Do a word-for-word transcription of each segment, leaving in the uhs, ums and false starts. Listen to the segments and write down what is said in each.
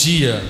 dia.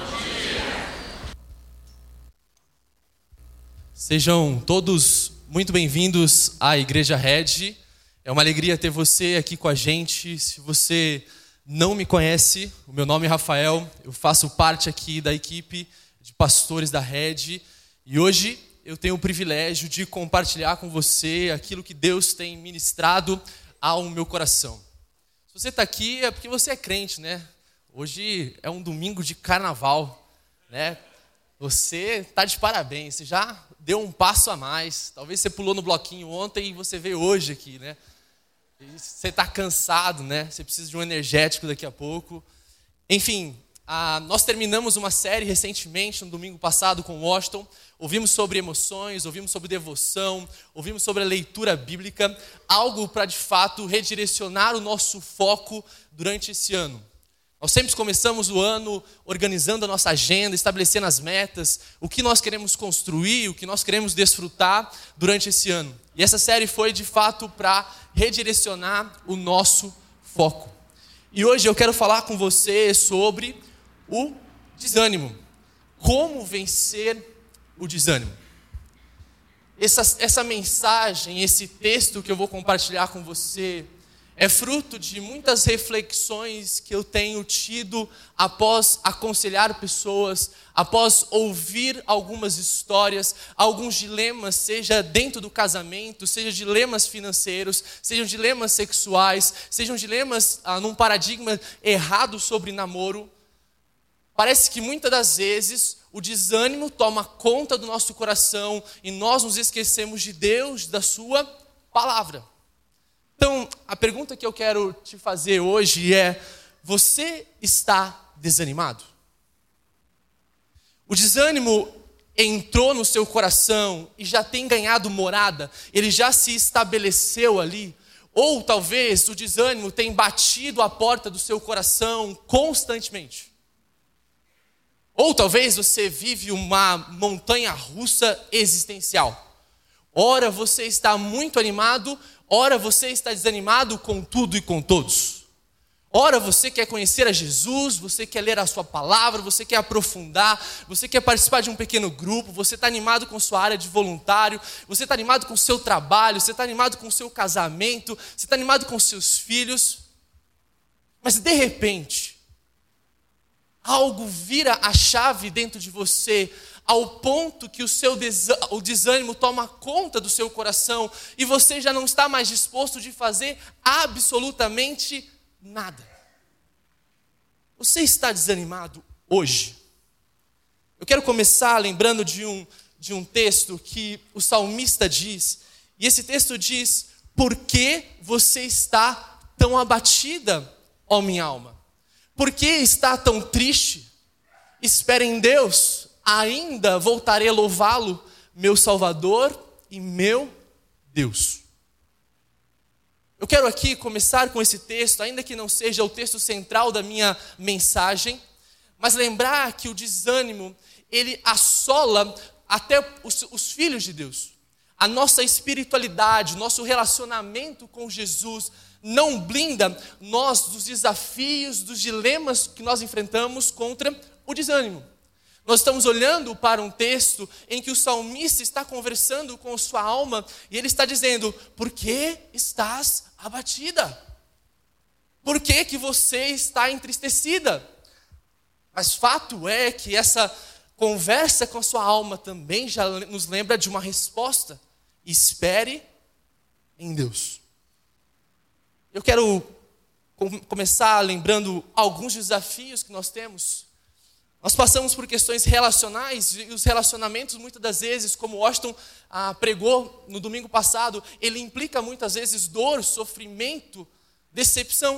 Sejam todos muito bem-vindos à Igreja Red. É uma alegria ter você aqui com a gente. Se você não me conhece, o meu nome é Rafael, eu faço parte aqui da equipe de pastores da Red e hoje eu tenho o privilégio de compartilhar com você aquilo que Deus tem ministrado ao meu coração. Se você está aqui é porque você é crente, né? Hoje é um domingo de carnaval, né? Você está de parabéns, você já deu um passo a mais. Talvez você pulou no bloquinho ontem e você veio hoje aqui, né? E você está cansado, né? Você precisa de um energético daqui a pouco. Enfim, a, nós terminamos uma série recentemente, no domingo passado, com Washington. Ouvimos sobre emoções, ouvimos sobre devoção, ouvimos sobre a leitura bíblica. Algo para, de fato, redirecionar o nosso foco durante esse ano. Nós sempre começamos o ano organizando a nossa agenda, estabelecendo as metas, o que nós queremos construir, o que nós queremos desfrutar durante esse ano. E essa série foi, de fato, para redirecionar o nosso foco. E hoje eu quero falar com você sobre o desânimo. Como vencer o desânimo. Essa, essa mensagem, esse texto que eu vou compartilhar com você é fruto de muitas reflexões que eu tenho tido após aconselhar pessoas, após ouvir algumas histórias, alguns dilemas, seja dentro do casamento, seja dilemas financeiros, sejam dilemas sexuais, sejam dilemas ah, num paradigma errado sobre namoro. Parece que muitas das vezes o desânimo toma conta do nosso coração e nós nos esquecemos de Deus, da sua palavra. Então, a pergunta que eu quero te fazer hoje é: você está desanimado? O desânimo entrou no seu coração e já tem ganhado morada, ele já se estabeleceu ali? Ou talvez o desânimo tenha batido a porta do seu coração constantemente? Ou talvez você vive uma montanha-russa existencial. Ora você está muito animado, ora você está desanimado com tudo e com todos. Ora você quer conhecer a Jesus, você quer ler a sua palavra, você quer aprofundar, você quer participar de um pequeno grupo, você está animado com sua área de voluntário, você está animado com o seu trabalho, você está animado com o seu casamento, você está animado com seus filhos. Mas de repente, algo vira a chave dentro de você, ao ponto que o seu desa- o desânimo toma conta do seu coração e você já não está mais disposto de fazer absolutamente nada. Você está desanimado hoje? Eu quero começar lembrando de um, de um texto que o salmista diz, e esse texto diz: por que você está tão abatida, ó minha alma? Por que está tão triste? Espere em Deus, ainda voltarei a louvá-lo, meu Salvador e meu Deus. Eu quero aqui começar com esse texto, ainda que não seja o texto central da minha mensagem, mas lembrar que o desânimo, ele assola até os, os filhos de Deus. A nossa espiritualidade, o nosso relacionamento com Jesus não blinda nós dos desafios, dos dilemas que nós enfrentamos contra o desânimo. Nós estamos olhando para um texto em que o salmista está conversando com sua alma e ele está dizendo: por que estás abatida? Por que que você está entristecida? Mas fato é que essa conversa com a sua alma também já nos lembra de uma resposta: espere em Deus. Eu quero começar lembrando alguns desafios que nós temos. Nós passamos por questões relacionais e os relacionamentos, muitas das vezes, como Washington ah, pregou no domingo passado, ele implica muitas vezes dor, sofrimento, decepção.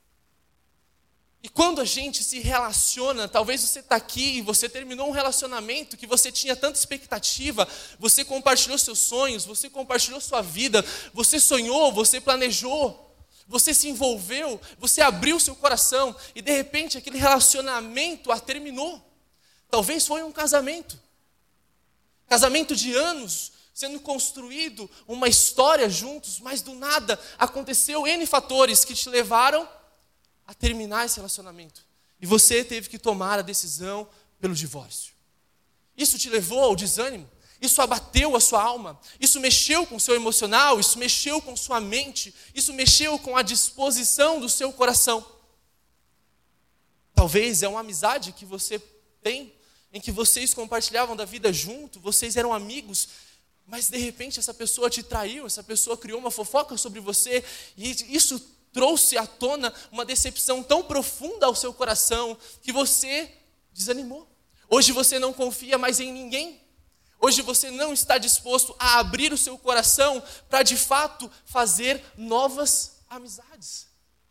E quando a gente se relaciona, talvez você está aqui e você terminou um relacionamento que você tinha tanta expectativa, você compartilhou seus sonhos, você compartilhou sua vida, você sonhou, você planejou. Você se envolveu, você abriu seu coração e de repente aquele relacionamento a terminou. Talvez foi um casamento. Casamento de anos, sendo construído uma história juntos, mas do nada aconteceu N fatores que te levaram a terminar esse relacionamento. E você teve que tomar a decisão pelo divórcio. Isso te levou ao desânimo? Isso abateu a sua alma? Isso mexeu com o seu emocional? Isso mexeu com sua mente? Isso mexeu com a disposição do seu coração? Talvez é uma amizade que você tem, em que vocês compartilhavam da vida junto, vocês eram amigos, mas de repente essa pessoa te traiu, essa pessoa criou uma fofoca sobre você, e isso trouxe à tona uma decepção tão profunda ao seu coração, que você desanimou. Hoje você não confia mais em ninguém. Hoje você não está disposto a abrir o seu coração para de fato fazer novas amizades.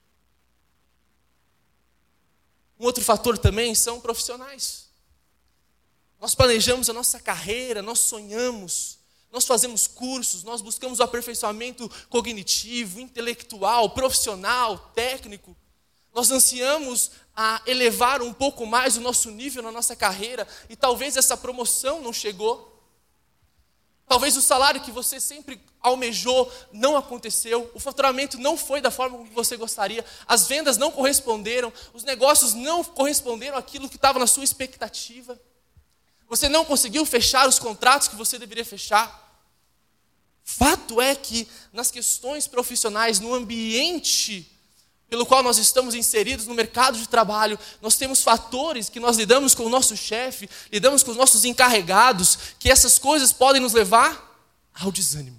Um outro fator também são profissionais. Nós planejamos a nossa carreira, nós sonhamos, nós fazemos cursos, nós buscamos o aperfeiçoamento cognitivo, intelectual, profissional, técnico. Nós ansiamos a elevar um pouco mais o nosso nível na nossa carreira e talvez essa promoção não chegou. Talvez o salário que você sempre almejou não aconteceu, o faturamento não foi da forma como você gostaria, as vendas não corresponderam, os negócios não corresponderam àquilo que estava na sua expectativa. Você não conseguiu fechar os contratos que você deveria fechar. Fato é que nas questões profissionais, no ambiente pelo qual nós estamos inseridos no mercado de trabalho, nós temos fatores que nós lidamos com o nosso chefe, lidamos com os nossos encarregados, que essas coisas podem nos levar ao desânimo.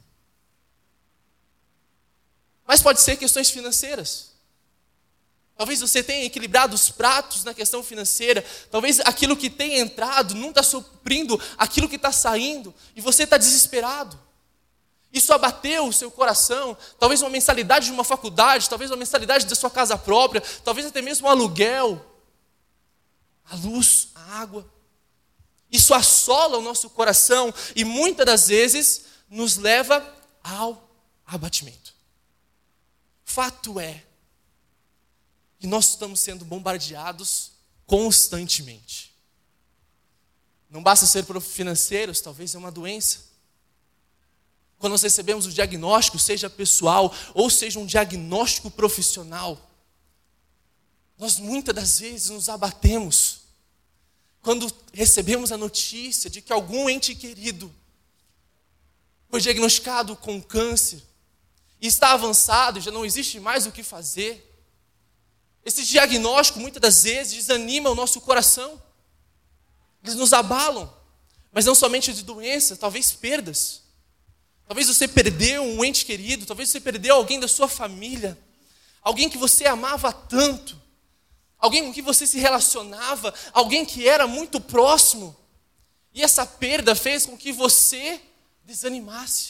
Mas pode ser questões financeiras. Talvez você tenha equilibrado os pratos na questão financeira, talvez aquilo que tem entrado não está suprindo aquilo que está saindo, e você está desesperado. Isso abateu o seu coração, talvez uma mensalidade de uma faculdade, talvez uma mensalidade da sua casa própria, talvez até mesmo um aluguel, a luz, a água. Isso assola o nosso coração e muitas das vezes nos leva ao abatimento. Fato é que nós estamos sendo bombardeados constantemente. Não basta ser financeiros, talvez é uma doença. Quando nós recebemos o diagnóstico, seja pessoal ou seja um diagnóstico profissional, nós muitas das vezes nos abatemos quando recebemos a notícia de que algum ente querido foi diagnosticado com câncer e está avançado e já não existe mais o que fazer. Esse diagnóstico muitas das vezes desanima o nosso coração. Eles nos abalam, mas não somente de doença, talvez perdas. Talvez você perdeu um ente querido, talvez você perdeu alguém da sua família, alguém que você amava tanto, alguém com quem você se relacionava, alguém que era muito próximo, e essa perda fez com que você desanimasse.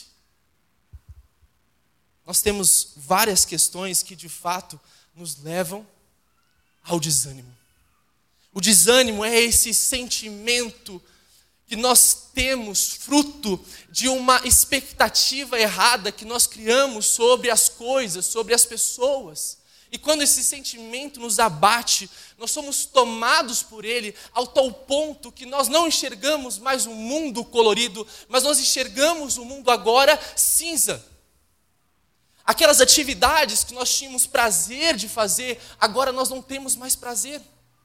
Nós temos várias questões que de fato nos levam ao desânimo. O desânimo é esse sentimento que nós temos fruto de uma expectativa errada que nós criamos sobre as coisas, sobre as pessoas. E quando esse sentimento nos abate, nós somos tomados por ele ao tal ponto que nós não enxergamos mais um mundo colorido, mas nós enxergamos o mundo agora cinza. Aquelas atividades que nós tínhamos prazer de fazer, agora nós não temos mais prazer.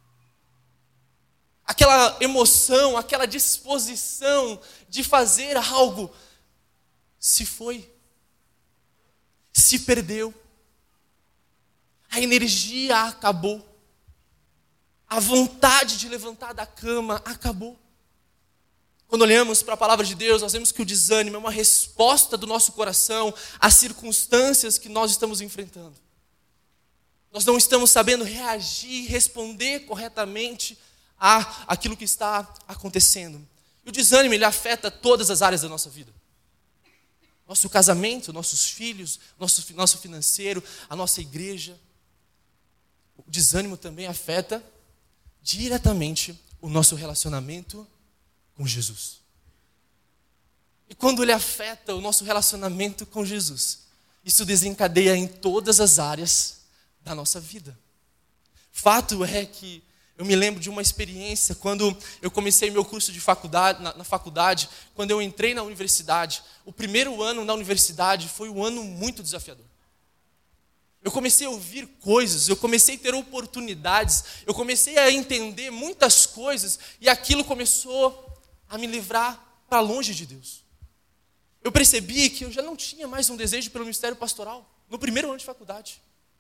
Aquela emoção, aquela disposição de fazer algo se foi, se perdeu. A energia acabou. A vontade de levantar da cama acabou. Quando olhamos para a palavra de Deus, nós vemos que o desânimo é uma resposta do nosso coração às circunstâncias que nós estamos enfrentando. Nós não estamos sabendo reagir, responder corretamente a aquilo que está acontecendo. E o desânimo, ele afeta todas as áreas da nossa vida. Nosso casamento, nossos filhos, nosso, nosso financeiro, a nossa igreja. O desânimo também afeta diretamente o nosso relacionamento com Jesus. E quando ele afeta o nosso relacionamento com Jesus, isso desencadeia em todas as áreas da nossa vida. Fato é que eu me lembro de uma experiência quando eu comecei meu curso de faculdade, na, na faculdade, quando eu entrei na universidade. O primeiro ano na universidade foi um ano muito desafiador. Eu comecei a ouvir coisas, eu comecei a ter oportunidades, eu comecei a entender muitas coisas e aquilo começou a me livrar para longe de Deus. Eu percebi que eu já não tinha mais um desejo pelo ministério pastoral, no primeiro ano de faculdade.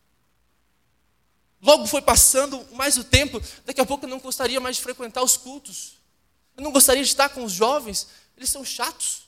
Logo foi passando mais o tempo, daqui a pouco eu não gostaria mais de frequentar os cultos. Eu não gostaria de estar com os jovens, eles são chatos.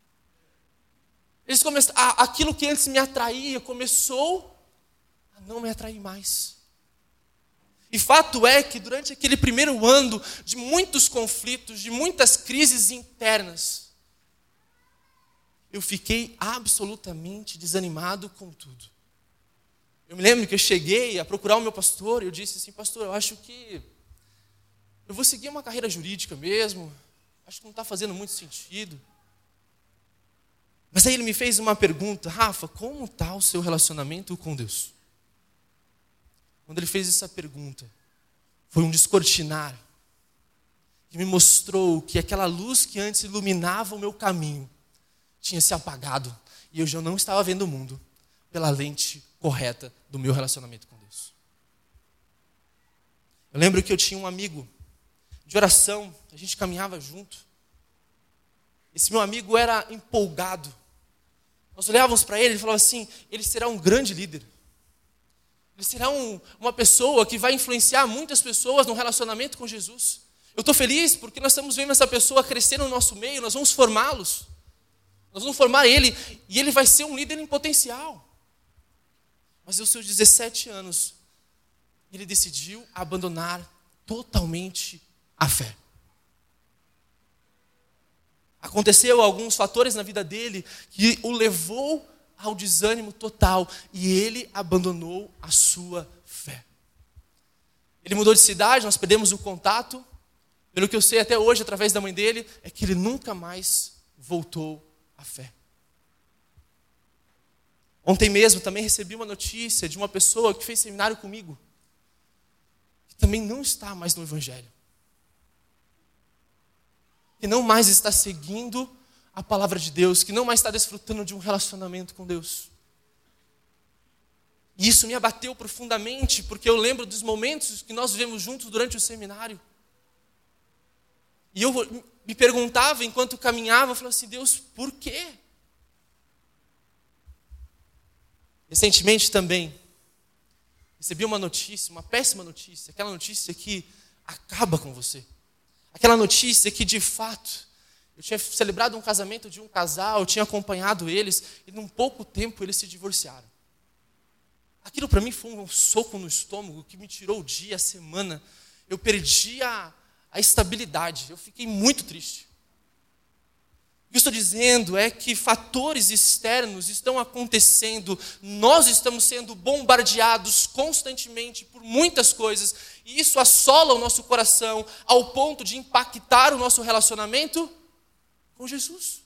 Eles começaram, aquilo que antes me atraía começou a não me atrair mais. E fato é que durante aquele primeiro ano de muitos conflitos, de muitas crises internas, eu fiquei absolutamente desanimado com tudo. Eu me lembro que eu cheguei a procurar o meu pastor e eu disse assim: pastor, eu acho que eu vou seguir uma carreira jurídica mesmo, acho que não está fazendo muito sentido. Mas aí ele me fez uma pergunta: Rafa, como está o seu relacionamento com Deus? Quando ele fez essa pergunta, foi um descortinar que me mostrou que aquela luz que antes iluminava o meu caminho tinha se apagado e eu já não estava vendo o mundo pela lente correta do meu relacionamento com Deus. Eu lembro que eu tinha um amigo de oração, a gente caminhava junto. Esse meu amigo era empolgado. Nós olhávamos para ele e falávamos assim: ele será um grande líder. Ele será um, uma pessoa que vai influenciar muitas pessoas no relacionamento com Jesus. Eu estou feliz porque nós estamos vendo essa pessoa crescer no nosso meio, nós vamos formá-los. Nós vamos formar ele e ele vai ser um líder em potencial. Mas aos seus dezessete anos, ele decidiu abandonar totalmente a fé. Aconteceu alguns fatores na vida dele que o levou ao desânimo total e ele abandonou a sua fé. Ele mudou de cidade, nós perdemos o contato. Pelo que eu sei até hoje, através da mãe dele, é que ele nunca mais voltou à fé. Ontem mesmo também recebi uma notícia de uma pessoa que fez seminário comigo, que também não está mais no Evangelho. Que não mais está seguindo a palavra de Deus, que não mais está desfrutando de um relacionamento com Deus. E isso me abateu profundamente, porque eu lembro dos momentos que nós vivemos juntos durante o seminário. E eu me perguntava, enquanto caminhava, eu falava assim: Deus, por quê? Recentemente também, recebi uma notícia, uma péssima notícia, aquela notícia que acaba com você. Aquela notícia que, de fato, eu tinha celebrado um casamento de um casal, eu tinha acompanhado eles, e num pouco tempo eles se divorciaram. Aquilo para mim foi um soco no estômago que me tirou o dia, a semana. Eu perdi a, a estabilidade, eu fiquei muito triste. O que eu estou dizendo é que fatores externos estão acontecendo, nós estamos sendo bombardeados constantemente por muitas coisas, e isso assola o nosso coração ao ponto de impactar o nosso relacionamento com Jesus.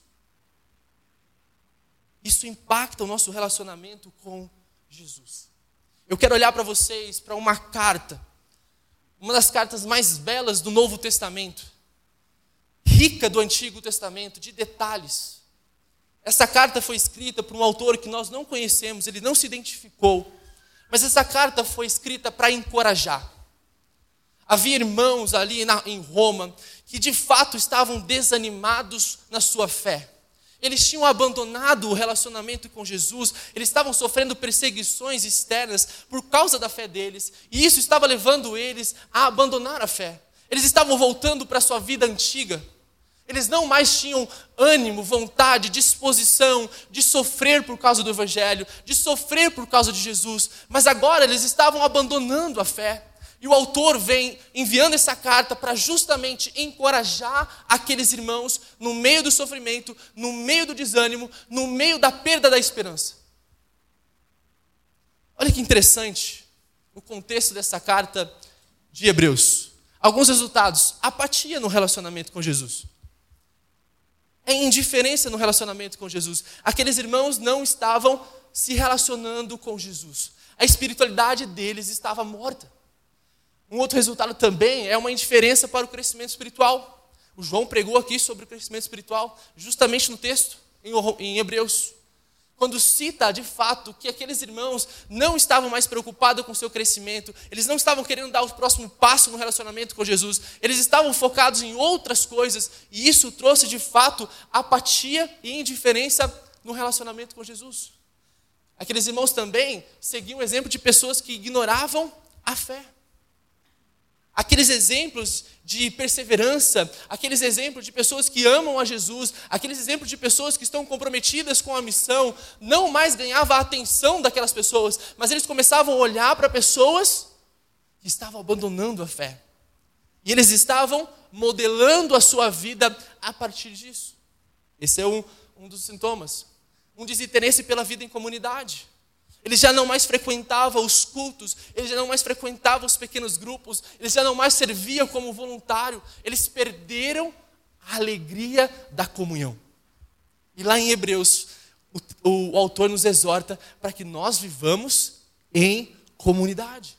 Isso impacta o nosso relacionamento com Jesus. Eu quero olhar para vocês, para uma carta, uma das cartas mais belas do Novo Testamento, rica do Antigo Testamento, de detalhes. Essa carta foi escrita por um autor que nós não conhecemos, ele não se identificou, mas essa carta foi escrita para encorajar. Havia irmãos ali na, em Roma que de fato estavam desanimados na sua fé. Eles tinham abandonado o relacionamento com Jesus, eles estavam sofrendo perseguições externas por causa da fé deles, e isso estava levando eles a abandonar a fé. Eles estavam voltando para a sua vida antiga. Eles não mais tinham ânimo, vontade, disposição de sofrer por causa do Evangelho, de sofrer por causa de Jesus, mas agora eles estavam abandonando a fé. E o autor vem enviando essa carta para justamente encorajar aqueles irmãos no meio do sofrimento, no meio do desânimo, no meio da perda da esperança. Olha que interessante o contexto dessa carta de Hebreus. Alguns resultados: apatia no relacionamento com Jesus. É indiferença no relacionamento com Jesus. Aqueles irmãos não estavam se relacionando com Jesus. A espiritualidade deles estava morta. Um outro resultado também é uma indiferença para o crescimento espiritual. O João pregou aqui sobre o crescimento espiritual, justamente no texto, em Hebreus. quando cita de fato que aqueles irmãos não estavam mais preocupados com o seu crescimento, eles não estavam querendo dar o próximo passo no relacionamento com Jesus, eles estavam focados em outras coisas, e isso trouxe de fato apatia e indiferença no relacionamento com Jesus. Aqueles irmãos também seguiam o exemplo de pessoas que ignoravam a fé. Aqueles exemplos de perseverança, aqueles exemplos de pessoas que amam a Jesus, aqueles exemplos de pessoas que estão comprometidas com a missão, não mais ganhava a atenção daquelas pessoas, mas eles começavam a olhar para pessoas que estavam abandonando a fé. E eles estavam modelando a sua vida a partir disso. Esse é um, um dos sintomas. Um desinteresse pela vida em comunidade. Eles já não mais frequentavam os cultos, eles já não mais frequentavam os pequenos grupos, eles já não mais serviam como voluntário, eles perderam a alegria da comunhão. E lá em Hebreus, o, o autor nos exorta para que nós vivamos em comunidade.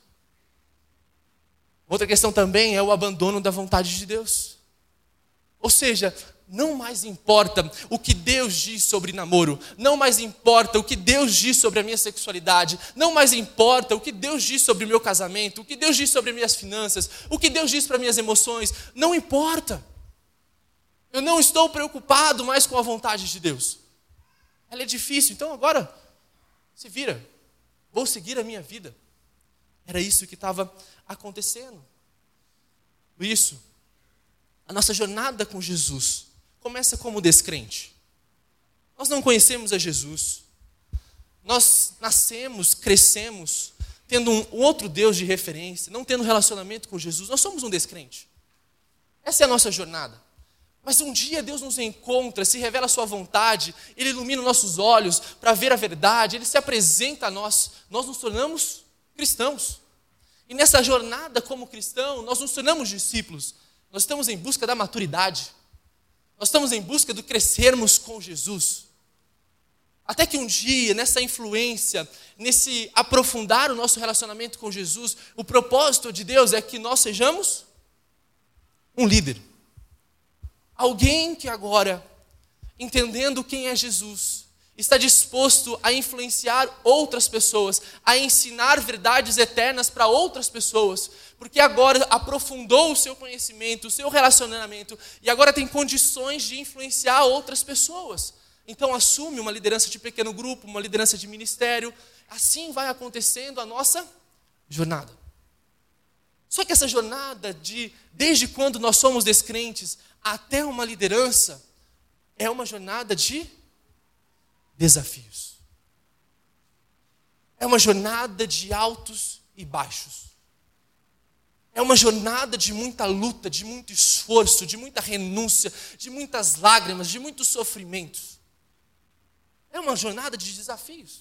Outra questão também é o abandono da vontade de Deus. Ou seja, não mais importa o que Deus diz sobre namoro, não mais importa o que Deus diz sobre a minha sexualidade, não mais importa o que Deus diz sobre o meu casamento, o que Deus diz sobre minhas finanças, o que Deus diz para minhas emoções, não importa. Eu não estou preocupado mais com a vontade de Deus. Ela é difícil, então agora se vira, vou seguir a minha vida. Era isso que estava acontecendo. Por isso, a nossa jornada com Jesus começa como descrente. Nós não conhecemos a Jesus. Nós nascemos, crescemos, tendo um outro Deus de referência, não tendo relacionamento com Jesus. Nós somos um descrente. Essa é a nossa jornada. Mas um dia Deus nos encontra, se revela a sua vontade, Ele ilumina nossos olhos para ver a verdade, Ele se apresenta a nós. Nós nos tornamos cristãos. E nessa jornada como cristão, nós nos tornamos discípulos. Nós estamos em busca da maturidade. Nós estamos em busca de crescermos com Jesus. Até que um dia, nessa influência, nesse aprofundar o nosso relacionamento com Jesus, o propósito de Deus é que nós sejamos um líder. Alguém que agora, entendendo quem é Jesus, está disposto a influenciar outras pessoas, a ensinar verdades eternas para outras pessoas, porque agora aprofundou o seu conhecimento, o seu relacionamento, e agora tem condições de influenciar outras pessoas. Então assume uma liderança de pequeno grupo, uma liderança de ministério. Assim vai acontecendo a nossa jornada. Só que essa jornada, de desde quando nós somos descrentes até uma liderança, é uma jornada de desafios. É uma jornada de altos e baixos. É uma jornada de muita luta, de muito esforço, de muita renúncia, de muitas lágrimas, de muitos sofrimentos. É uma jornada de desafios.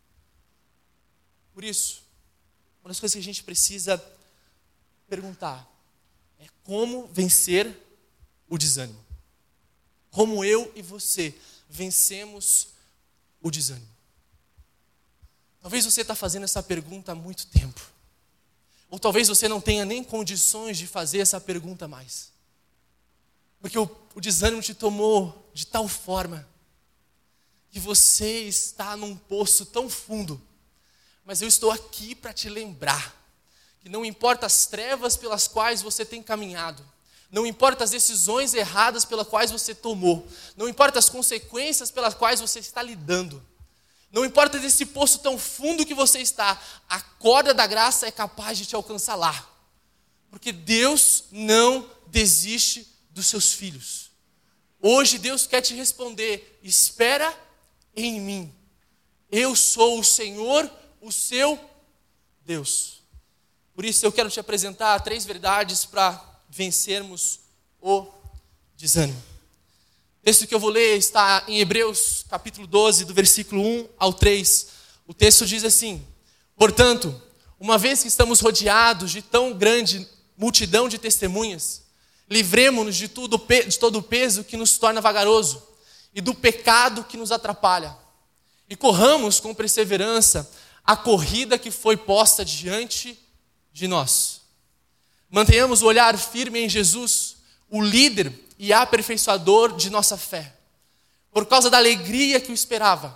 Por isso, uma das coisas que a gente precisa perguntar é como vencer o desânimo. Como eu e você vencemos o desânimo. Talvez você está fazendo essa pergunta há muito tempo. Ou talvez você não tenha nem condições de fazer essa pergunta mais. Porque o, o desânimo te tomou de tal forma que você está num poço tão fundo. Mas eu estou aqui para te lembrar que não importa as trevas pelas quais você tem caminhado, não importa as decisões erradas pelas quais você tomou, não importa as consequências pelas quais você está lidando, não importa desse poço tão fundo que você está, a corda da graça é capaz de te alcançar lá. Porque Deus não desiste dos seus filhos. Hoje Deus quer te responder: espera em mim. Eu sou o Senhor, o seu Deus. Por isso eu quero te apresentar três verdades para vencermos o desânimo. O texto que eu vou ler está em Hebreus capítulo doze, do versículo um ao três. O texto diz assim: portanto, uma vez que estamos rodeados de tão grande multidão de testemunhas, livremo-nos de, tudo, de todo o peso que nos torna vagaroso e do pecado que nos atrapalha. E corramos com perseverança a corrida que foi posta diante de nós. Mantenhamos o olhar firme em Jesus, o líder e aperfeiçoador de nossa fé. Por causa da alegria que o esperava,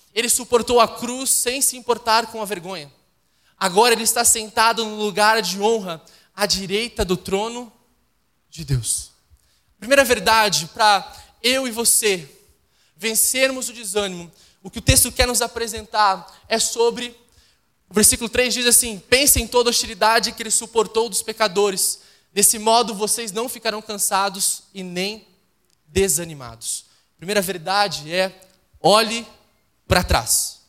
Ele suportou a cruz sem se importar com a vergonha. Agora ele está sentado no lugar de honra, à direita do trono de Deus. Primeira verdade, para eu e você vencermos o desânimo, o que o texto quer nos apresentar é sobre, o versículo três diz assim: pensem em toda a hostilidade que ele suportou dos pecadores, desse modo vocês não ficarão cansados e nem desanimados. Primeira verdade é, olhe para trás.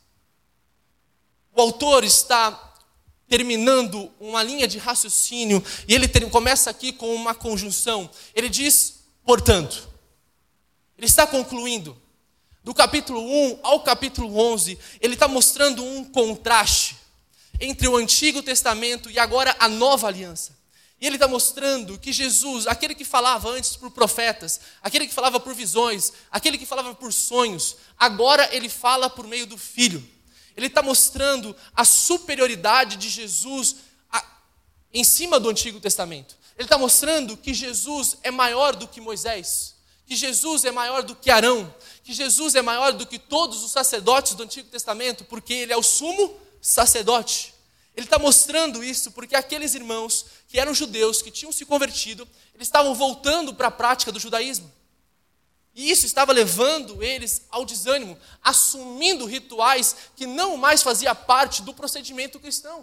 O autor está terminando uma linha de raciocínio, e ele ter, começa aqui com uma conjunção. Ele diz, portanto, ele está concluindo, do capítulo um ao capítulo onze, ele está mostrando um contraste entre o Antigo Testamento e agora a Nova Aliança. E ele está mostrando que Jesus, aquele que falava antes por profetas, aquele que falava por visões, aquele que falava por sonhos, agora ele fala por meio do Filho. Ele está mostrando a superioridade de Jesus a, em cima do Antigo Testamento. Ele está mostrando que Jesus é maior do que Moisés, que Jesus é maior do que Arão, que Jesus é maior do que todos os sacerdotes do Antigo Testamento, porque ele é o sumo sacerdote. Ele está mostrando isso porque aqueles irmãos que eram judeus, que tinham se convertido, eles estavam voltando para a prática do judaísmo. E isso estava levando eles ao desânimo, assumindo rituais que não mais fazia parte do procedimento cristão.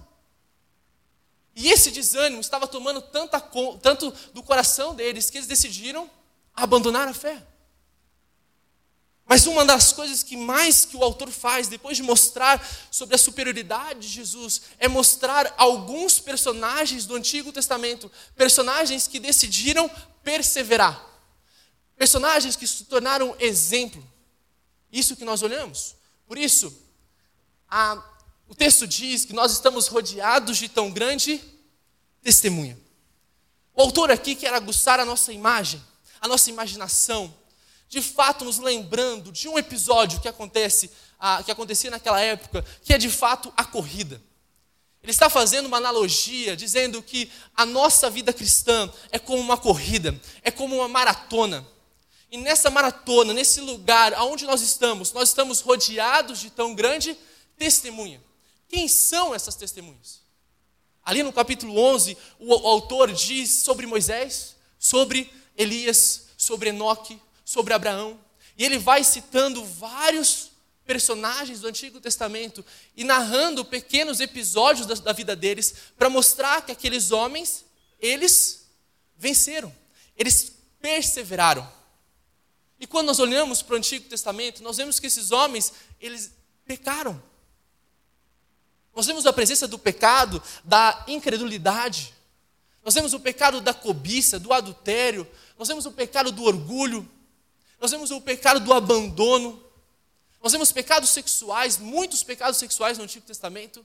E esse desânimo estava tomando tanta, tanto do coração deles que eles decidiram abandonar a fé. Mas uma das coisas que mais que o autor faz, depois de mostrar sobre a superioridade de Jesus, é mostrar alguns personagens do Antigo Testamento, personagens que decidiram perseverar. Personagens que se tornaram exemplo. Isso que nós olhamos. Por isso, a, o texto diz que nós estamos rodeados de tão grande testemunha. O autor aqui quer aguçar a nossa imagem, a nossa imaginação, de fato nos lembrando de um episódio que, acontece, a, que acontecia naquela época, que é de fato a corrida. Ele está fazendo uma analogia, dizendo que a nossa vida cristã é como uma corrida, é como uma maratona. E nessa maratona, nesse lugar onde nós estamos, nós estamos rodeados de tão grande testemunha. Quem são essas testemunhas? Ali no capítulo onze, o, o autor diz sobre Moisés, sobre Elias, sobre Enoque, sobre Abraão. E ele vai citando vários personagens do Antigo Testamento e narrando pequenos episódios da, da vida deles para mostrar que aqueles homens, eles venceram, eles perseveraram. E quando nós olhamos para o Antigo Testamento, nós vemos que esses homens, eles pecaram. Nós vemos a presença do pecado, da incredulidade. Nós vemos o pecado da cobiça, do adultério. Nós vemos o pecado do orgulho. Nós vemos o pecado do abandono. Nós vemos pecados sexuais, muitos pecados sexuais no Antigo Testamento.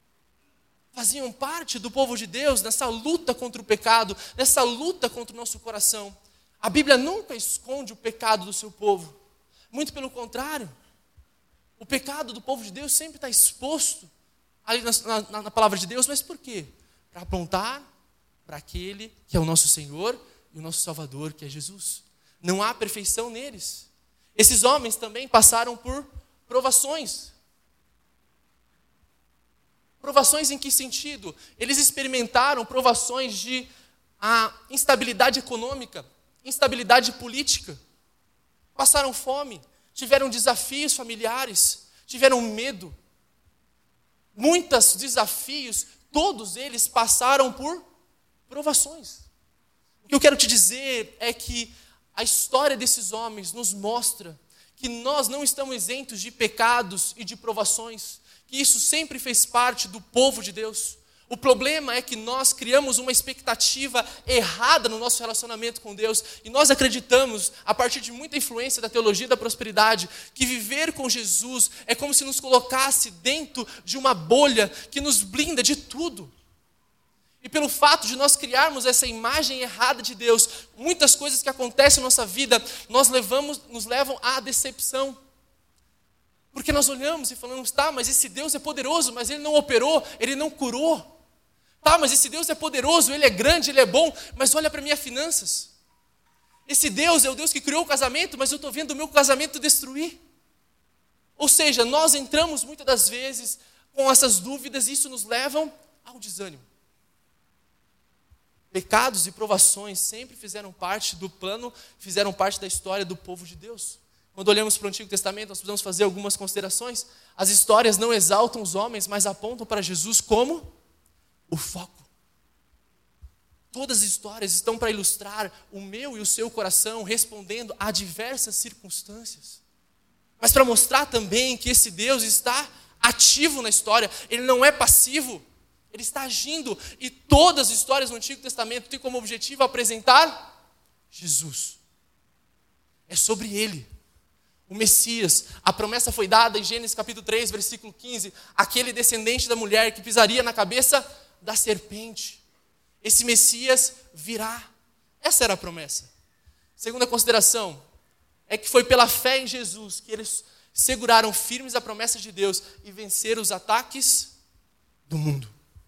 Faziam parte do povo de Deus nessa luta contra o pecado, nessa luta contra o nosso coração. A Bíblia nunca esconde o pecado do seu povo. Muito pelo contrário. O pecado do povo de Deus sempre está exposto ali na, na, na palavra de Deus. Mas por quê? Para apontar para aquele que é o nosso Senhor e o nosso Salvador, que é Jesus. Não há perfeição neles. Esses homens também passaram por provações. Provações em que sentido? Eles experimentaram provações de a instabilidade econômica, instabilidade política, passaram fome, tiveram desafios familiares, tiveram medo. Muitos desafios, todos eles passaram por provações. O que eu quero te dizer é que a história desses homens nos mostra que nós não estamos isentos de pecados e de provações, que isso sempre fez parte do povo de Deus. O problema é que nós criamos uma expectativa errada no nosso relacionamento com Deus e nós acreditamos, a partir de muita influência da teologia da prosperidade, que viver com Jesus é como se nos colocasse dentro de uma bolha que nos blinda de tudo. E pelo fato de nós criarmos essa imagem errada de Deus, muitas coisas que acontecem na nossa vida nós levamos, nos levam à decepção. Porque nós olhamos e falamos, tá, mas esse Deus é poderoso, mas Ele não operou, Ele não curou. Tá, mas esse Deus é poderoso, Ele é grande, Ele é bom, mas olha para minhas finanças. Esse Deus é o Deus que criou o casamento, mas eu estou vendo o meu casamento destruir. Ou seja, nós entramos muitas das vezes com essas dúvidas e isso nos leva ao desânimo. Pecados e provações sempre fizeram parte do plano, fizeram parte da história do povo de Deus. Quando olhamos para o Antigo Testamento, nós precisamos fazer algumas considerações. As histórias não exaltam os homens, mas apontam para Jesus como o foco. Todas as histórias estão para ilustrar o meu e o seu coração respondendo a diversas circunstâncias. Mas para mostrar também que esse Deus está ativo na história, ele não é passivo, ele está agindo. E todas as histórias do Antigo Testamento têm como objetivo apresentar Jesus. É sobre ele, o Messias. A promessa foi dada em Gênesis capítulo três, versículo quinze, aquele descendente da mulher que pisaria na cabeça da serpente. Esse Messias virá. Essa era a promessa. Segunda consideração é que foi pela fé em Jesus que eles seguraram firmes a promessa de Deus e venceram os ataques do mundo.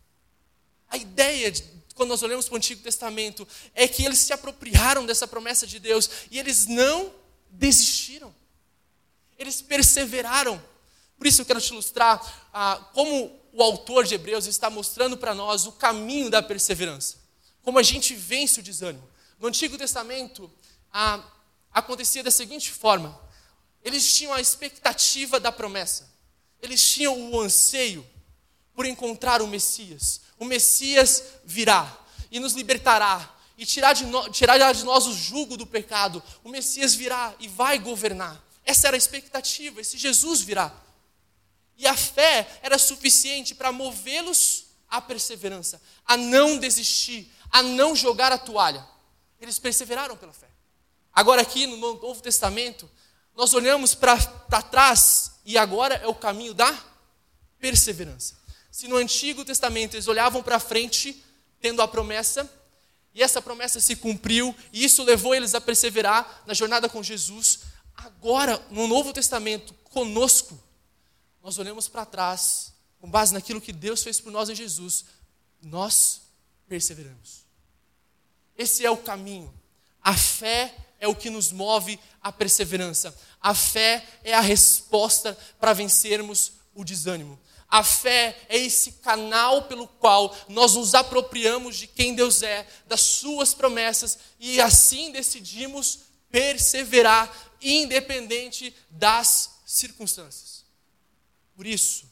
A ideia, de, quando nós olhamos para o Antigo Testamento, é que eles se apropriaram dessa promessa de Deus e eles não desistiram. Eles perseveraram. Por isso eu quero te ilustrar ah, como o autor de Hebreus está mostrando para nós o caminho da perseverança. Como a gente vence o desânimo. No Antigo Testamento, ah, acontecia da seguinte forma. Eles tinham a expectativa da promessa. Eles tinham o anseio por encontrar o Messias. O Messias virá e nos libertará e tirar de, no, tirar de nós o jugo do pecado. O Messias virá e vai governar. Essa era a expectativa, esse Jesus virá. E a fé era suficiente para movê-los à perseverança, a não desistir, a não jogar a toalha. Eles perseveraram pela fé. Agora aqui no Novo Testamento, nós olhamos para trás e agora é o caminho da perseverança. Se no Antigo Testamento eles olhavam para frente, tendo a promessa, e essa promessa se cumpriu, e isso levou eles a perseverar na jornada com Jesus, agora no Novo Testamento, conosco, nós olhamos para trás, com base naquilo que Deus fez por nós em Jesus, nós perseveramos. Esse é o caminho. A fé é o que nos move à perseverança. A fé é a resposta para vencermos o desânimo. A fé é esse canal pelo qual nós nos apropriamos de quem Deus é, das suas promessas, e assim decidimos perseverar, independente das circunstâncias. Por isso,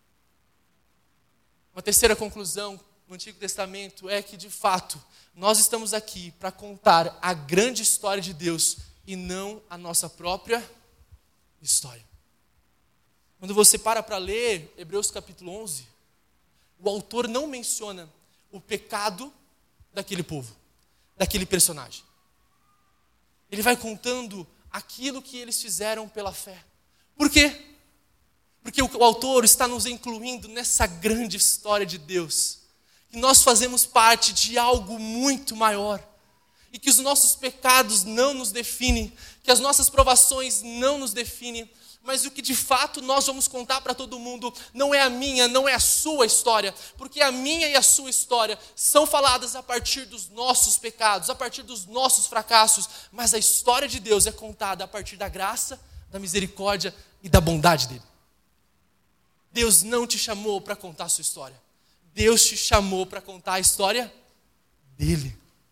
uma terceira conclusão no Antigo Testamento é que, de fato, nós estamos aqui para contar a grande história de Deus e não a nossa própria história. Quando você para para ler Hebreus capítulo onze, o autor não menciona o pecado daquele povo, daquele personagem. Ele vai contando aquilo que eles fizeram pela fé. Por quê? Porque o autor está nos incluindo nessa grande história de Deus. Que nós fazemos parte de algo muito maior. E que os nossos pecados não nos definem. Que as nossas provações não nos definem. Mas o que de fato nós vamos contar para todo mundo não é a minha, não é a sua história. Porque a minha e a sua história são faladas a partir dos nossos pecados, a partir dos nossos fracassos. Mas a história de Deus é contada a partir da graça, da misericórdia e da bondade dele. Deus não te chamou para contar a sua história. Deus te chamou para contar a história dele.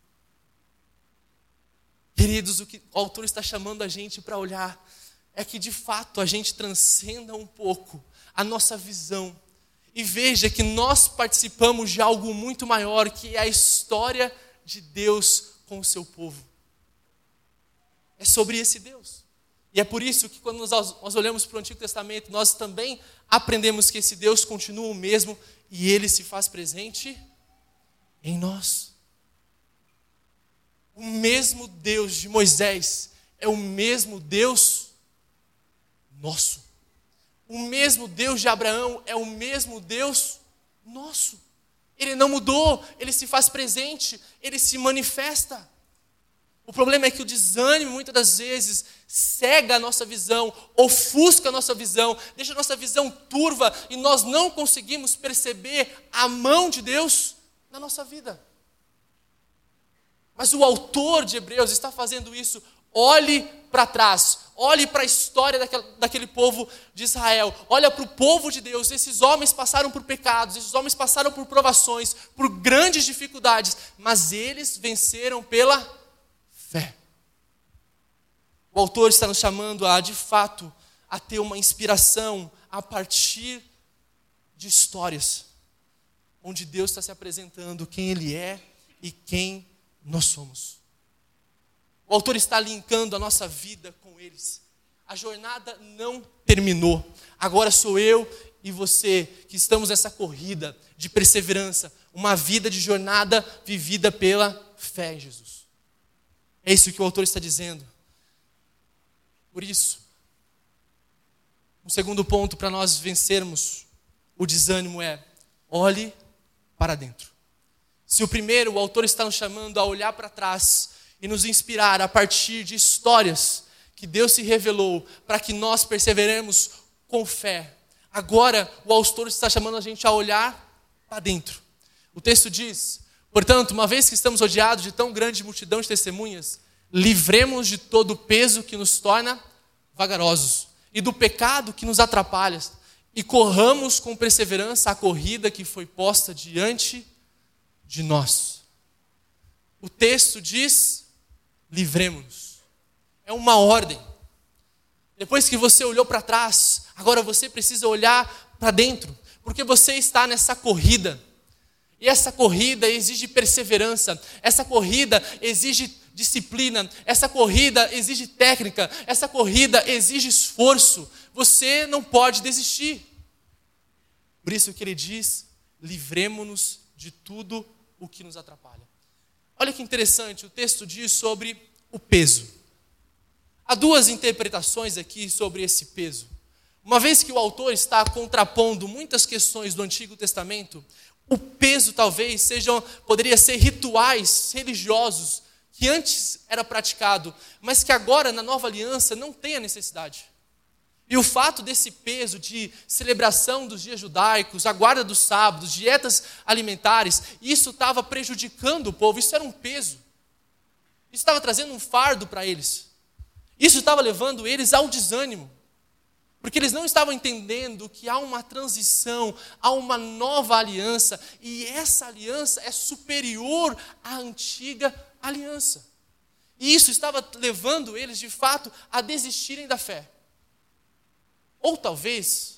Queridos, o que o autor está chamando a gente para olhar é que de fato a gente transcenda um pouco a nossa visão e veja que nós participamos de algo muito maior, que é a história de Deus com o seu povo. É sobre esse Deus. E é por isso que quando nós olhamos para o Antigo Testamento, nós também aprendemos que esse Deus continua o mesmo e ele se faz presente em nós. O mesmo Deus de Moisés é o mesmo Deus nosso. O mesmo Deus de Abraão é o mesmo Deus nosso. Ele não mudou, ele se faz presente, ele se manifesta. O problema é que o desânimo, muitas das vezes, cega a nossa visão, ofusca a nossa visão, deixa a nossa visão turva e nós não conseguimos perceber a mão de Deus na nossa vida. Mas o autor de Hebreus está fazendo isso olhe para trás, olhe para a história daquele, daquele povo de Israel, olha para o povo de Deus. Esses homens passaram por pecados, esses homens passaram por provações, por grandes dificuldades, mas eles venceram pela fé. O autor está nos chamando a, de fato, a ter uma inspiração a partir de histórias, onde Deus está se apresentando quem Ele é e quem nós somos. O autor está linkando a nossa vida com eles. A jornada não terminou. Agora sou eu e você que estamos nessa corrida de perseverança, uma vida de jornada vivida pela fé em Jesus. É isso que o autor está dizendo. Por isso, um segundo ponto para nós vencermos o desânimo é: olhe para dentro. Se o primeiro, o autor está nos chamando a olhar para trás e nos inspirar a partir de histórias que Deus se revelou para que nós perseveremos com fé. Agora, o autor está chamando a gente a olhar para dentro. O texto diz: portanto, uma vez que estamos rodeados de tão grande multidão de testemunhas, livremos de todo o peso que nos torna vagarosos e do pecado que nos atrapalha, e corramos com perseverança a corrida que foi posta diante de nós. O texto diz: livremos-nos. É uma ordem. Depois que você olhou para trás, agora você precisa olhar para dentro, porque você está nessa corrida. E essa corrida exige perseverança, essa corrida exige disciplina, essa corrida exige técnica, essa corrida exige esforço. Você não pode desistir. Por isso que ele diz: livremo-nos de tudo o que nos atrapalha. Olha que interessante, o texto diz sobre o peso. Há duas interpretações aqui sobre esse peso. Uma vez que o autor está contrapondo muitas questões do Antigo Testamento, o peso talvez sejam, poderia ser rituais religiosos que antes era praticado, mas que agora na Nova Aliança não tem a necessidade. E o fato desse peso de celebração dos dias judaicos, a guarda dos sábados, dietas alimentares, isso estava prejudicando o povo, isso era um peso. Isso estava trazendo um fardo para eles. Isso estava levando eles ao desânimo. Porque eles não estavam entendendo que há uma transição, há uma nova aliança, e essa aliança é superior à antiga aliança. E isso estava levando eles, de fato, a desistirem da fé. Ou talvez,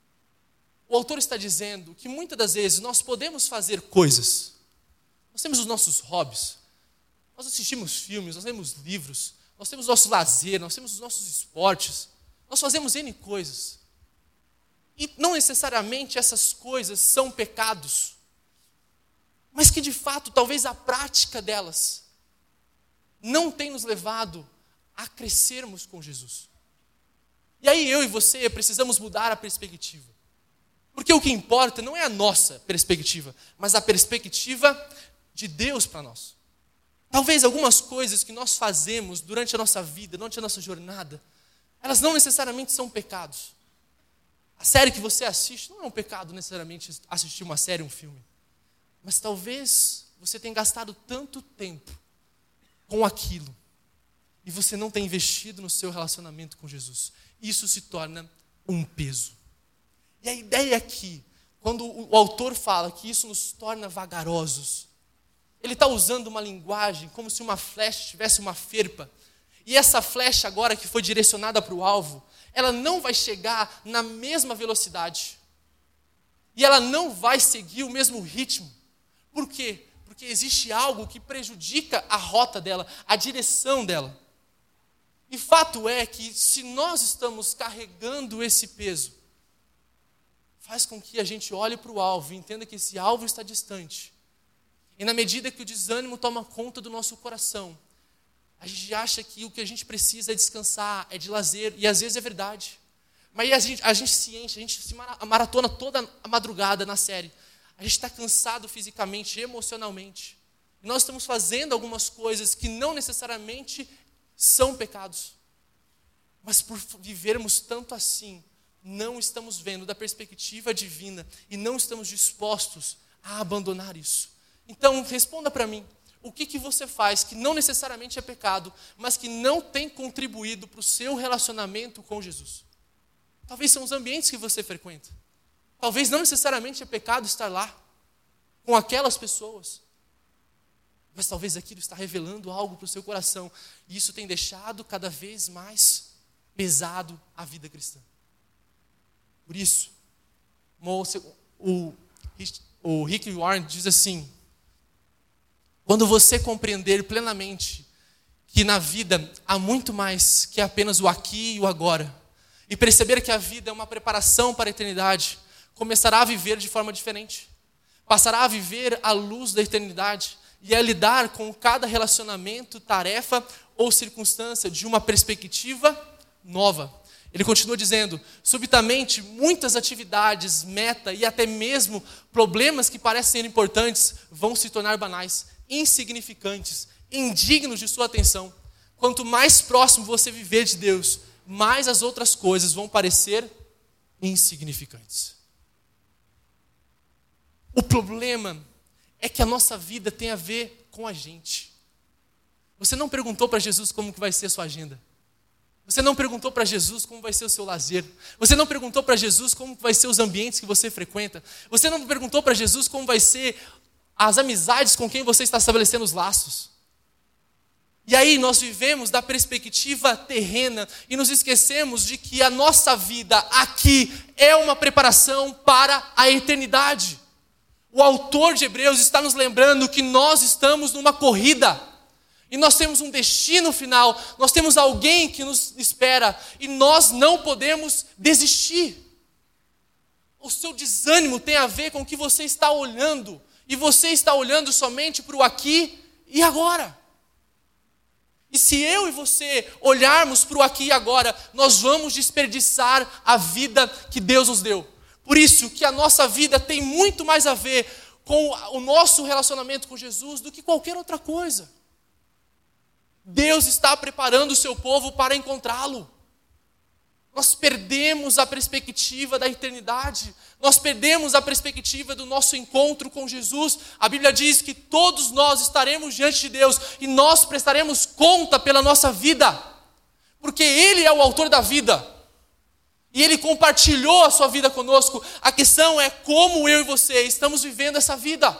o autor está dizendo que muitas das vezes nós podemos fazer coisas. Nós temos os nossos hobbies, nós assistimos filmes, nós lemos livros, nós temos o nosso lazer, nós temos os nossos esportes, nós fazemos N coisas. E não necessariamente essas coisas são pecados, mas que de fato talvez a prática delas não tem nos levado a crescermos com Jesus. E aí eu e você precisamos mudar a perspectiva. Porque o que importa não é a nossa perspectiva, mas a perspectiva de Deus para nós. Talvez algumas coisas que nós fazemos durante a nossa vida, durante a nossa jornada, elas não necessariamente são pecados. A série que você assiste não é um pecado necessariamente assistir uma série, um filme. Mas talvez você tenha gastado tanto tempo com aquilo e você não tenha investido no seu relacionamento com Jesus. Isso se torna um peso. E a ideia aqui, quando o autor fala que isso nos torna vagarosos, ele está usando uma linguagem como se uma flecha tivesse uma ferpa. E essa flecha agora que foi direcionada para o alvo, ela não vai chegar na mesma velocidade. E ela não vai seguir o mesmo ritmo. Por quê? Porque existe algo que prejudica a rota dela, a direção dela. E fato é que se nós estamos carregando esse peso, faz com que a gente olhe para o alvo e entenda que esse alvo está distante. E na medida que o desânimo toma conta do nosso coração, a gente acha que o que a gente precisa é descansar, é de lazer, e às vezes é verdade. Mas a gente, a gente se enche, a gente se maratona toda a madrugada na série. A gente está cansado fisicamente, emocionalmente. E nós estamos fazendo algumas coisas que não necessariamente são pecados. Mas por vivermos tanto assim, não estamos vendo da perspectiva divina e não estamos dispostos a abandonar isso. Então, responda para mim. o que, que você faz que não necessariamente é pecado, mas que não tem contribuído para o seu relacionamento com Jesus. Talvez são os ambientes que você frequenta. Talvez não necessariamente é pecado estar lá, com aquelas pessoas. Mas talvez aquilo está revelando algo para o seu coração. E isso tem deixado cada vez mais pesado a vida cristã. Por isso, o, o Rick Warren diz assim: quando você compreender plenamente que na vida há muito mais que apenas o aqui e o agora, e perceber que a vida é uma preparação para a eternidade, começará a viver de forma diferente. Passará a viver à luz da eternidade e a lidar com cada relacionamento, tarefa ou circunstância de uma perspectiva nova. Ele continua dizendo: subitamente, muitas atividades, meta e até mesmo problemas que parecem ser importantes vão se tornar banais, insignificantes, indignos de sua atenção. Quanto mais próximo você viver de Deus, mais as outras coisas vão parecer insignificantes. O problema é que a nossa vida tem a ver com a gente. Você não perguntou para Jesus como que vai ser a sua agenda. Você não perguntou para Jesus como vai ser o seu lazer. Você não perguntou para Jesus como vai ser os ambientes que você frequenta. Você não perguntou para Jesus como vai ser as amizades com quem você está estabelecendo os laços. E aí nós vivemos da perspectiva terrena e nos esquecemos de que a nossa vida aqui é uma preparação para a eternidade. O autor de Hebreus está nos lembrando que nós estamos numa corrida. E nós temos um destino final, nós temos alguém que nos espera e nós não podemos desistir. O seu desânimo tem a ver com o que você está olhando, e você está olhando somente para o aqui e agora. E se eu e você olharmos para o aqui e agora, nós vamos desperdiçar a vida que Deus nos deu. Por isso que a nossa vida tem muito mais a ver com o nosso relacionamento com Jesus do que qualquer outra coisa. Deus está preparando o seu povo para encontrá-lo. Nós perdemos a perspectiva da eternidade. Nós perdemos a perspectiva do nosso encontro com Jesus. A Bíblia diz que todos nós estaremos diante de Deus e nós prestaremos conta pela nossa vida. Porque Ele é o autor da vida. E Ele compartilhou a sua vida conosco. A questão é como eu e você estamos vivendo essa vida.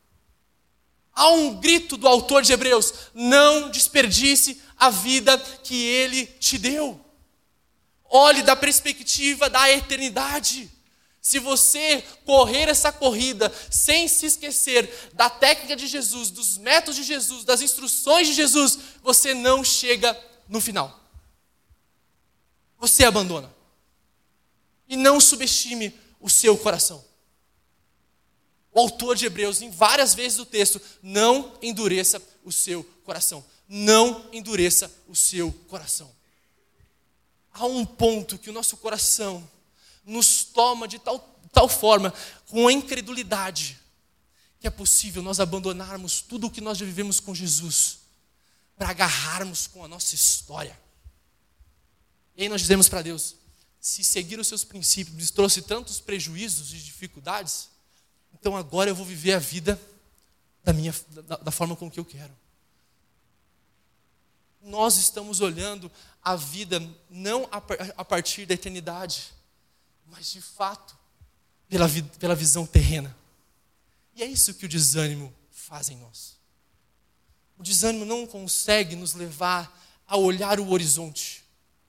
Há um grito do autor de Hebreus: não desperdice a vida que Ele te deu. Olhe da perspectiva da eternidade. Se você correr essa corrida sem se esquecer da técnica de Jesus, dos métodos de Jesus, das instruções de Jesus, você não chega no final. Você abandona. E não subestime o seu coração. O autor de Hebreus, em várias vezes do texto, não endureça o seu coração. Não endureça o seu coração. Há um ponto que o nosso coração nos toma de tal, tal forma, com a incredulidade, que é possível nós abandonarmos tudo o que nós já vivemos com Jesus, para agarrarmos com a nossa história. E aí nós dizemos para Deus: se seguir os seus princípios nos trouxe tantos prejuízos e dificuldades, então agora eu vou viver a vida da, minha, da, da forma com que eu quero. Nós estamos olhando a vida não a, a partir da eternidade, mas de fato pela, pela visão terrena. E é isso que o desânimo faz em nós. O desânimo não consegue nos levar a olhar o horizonte.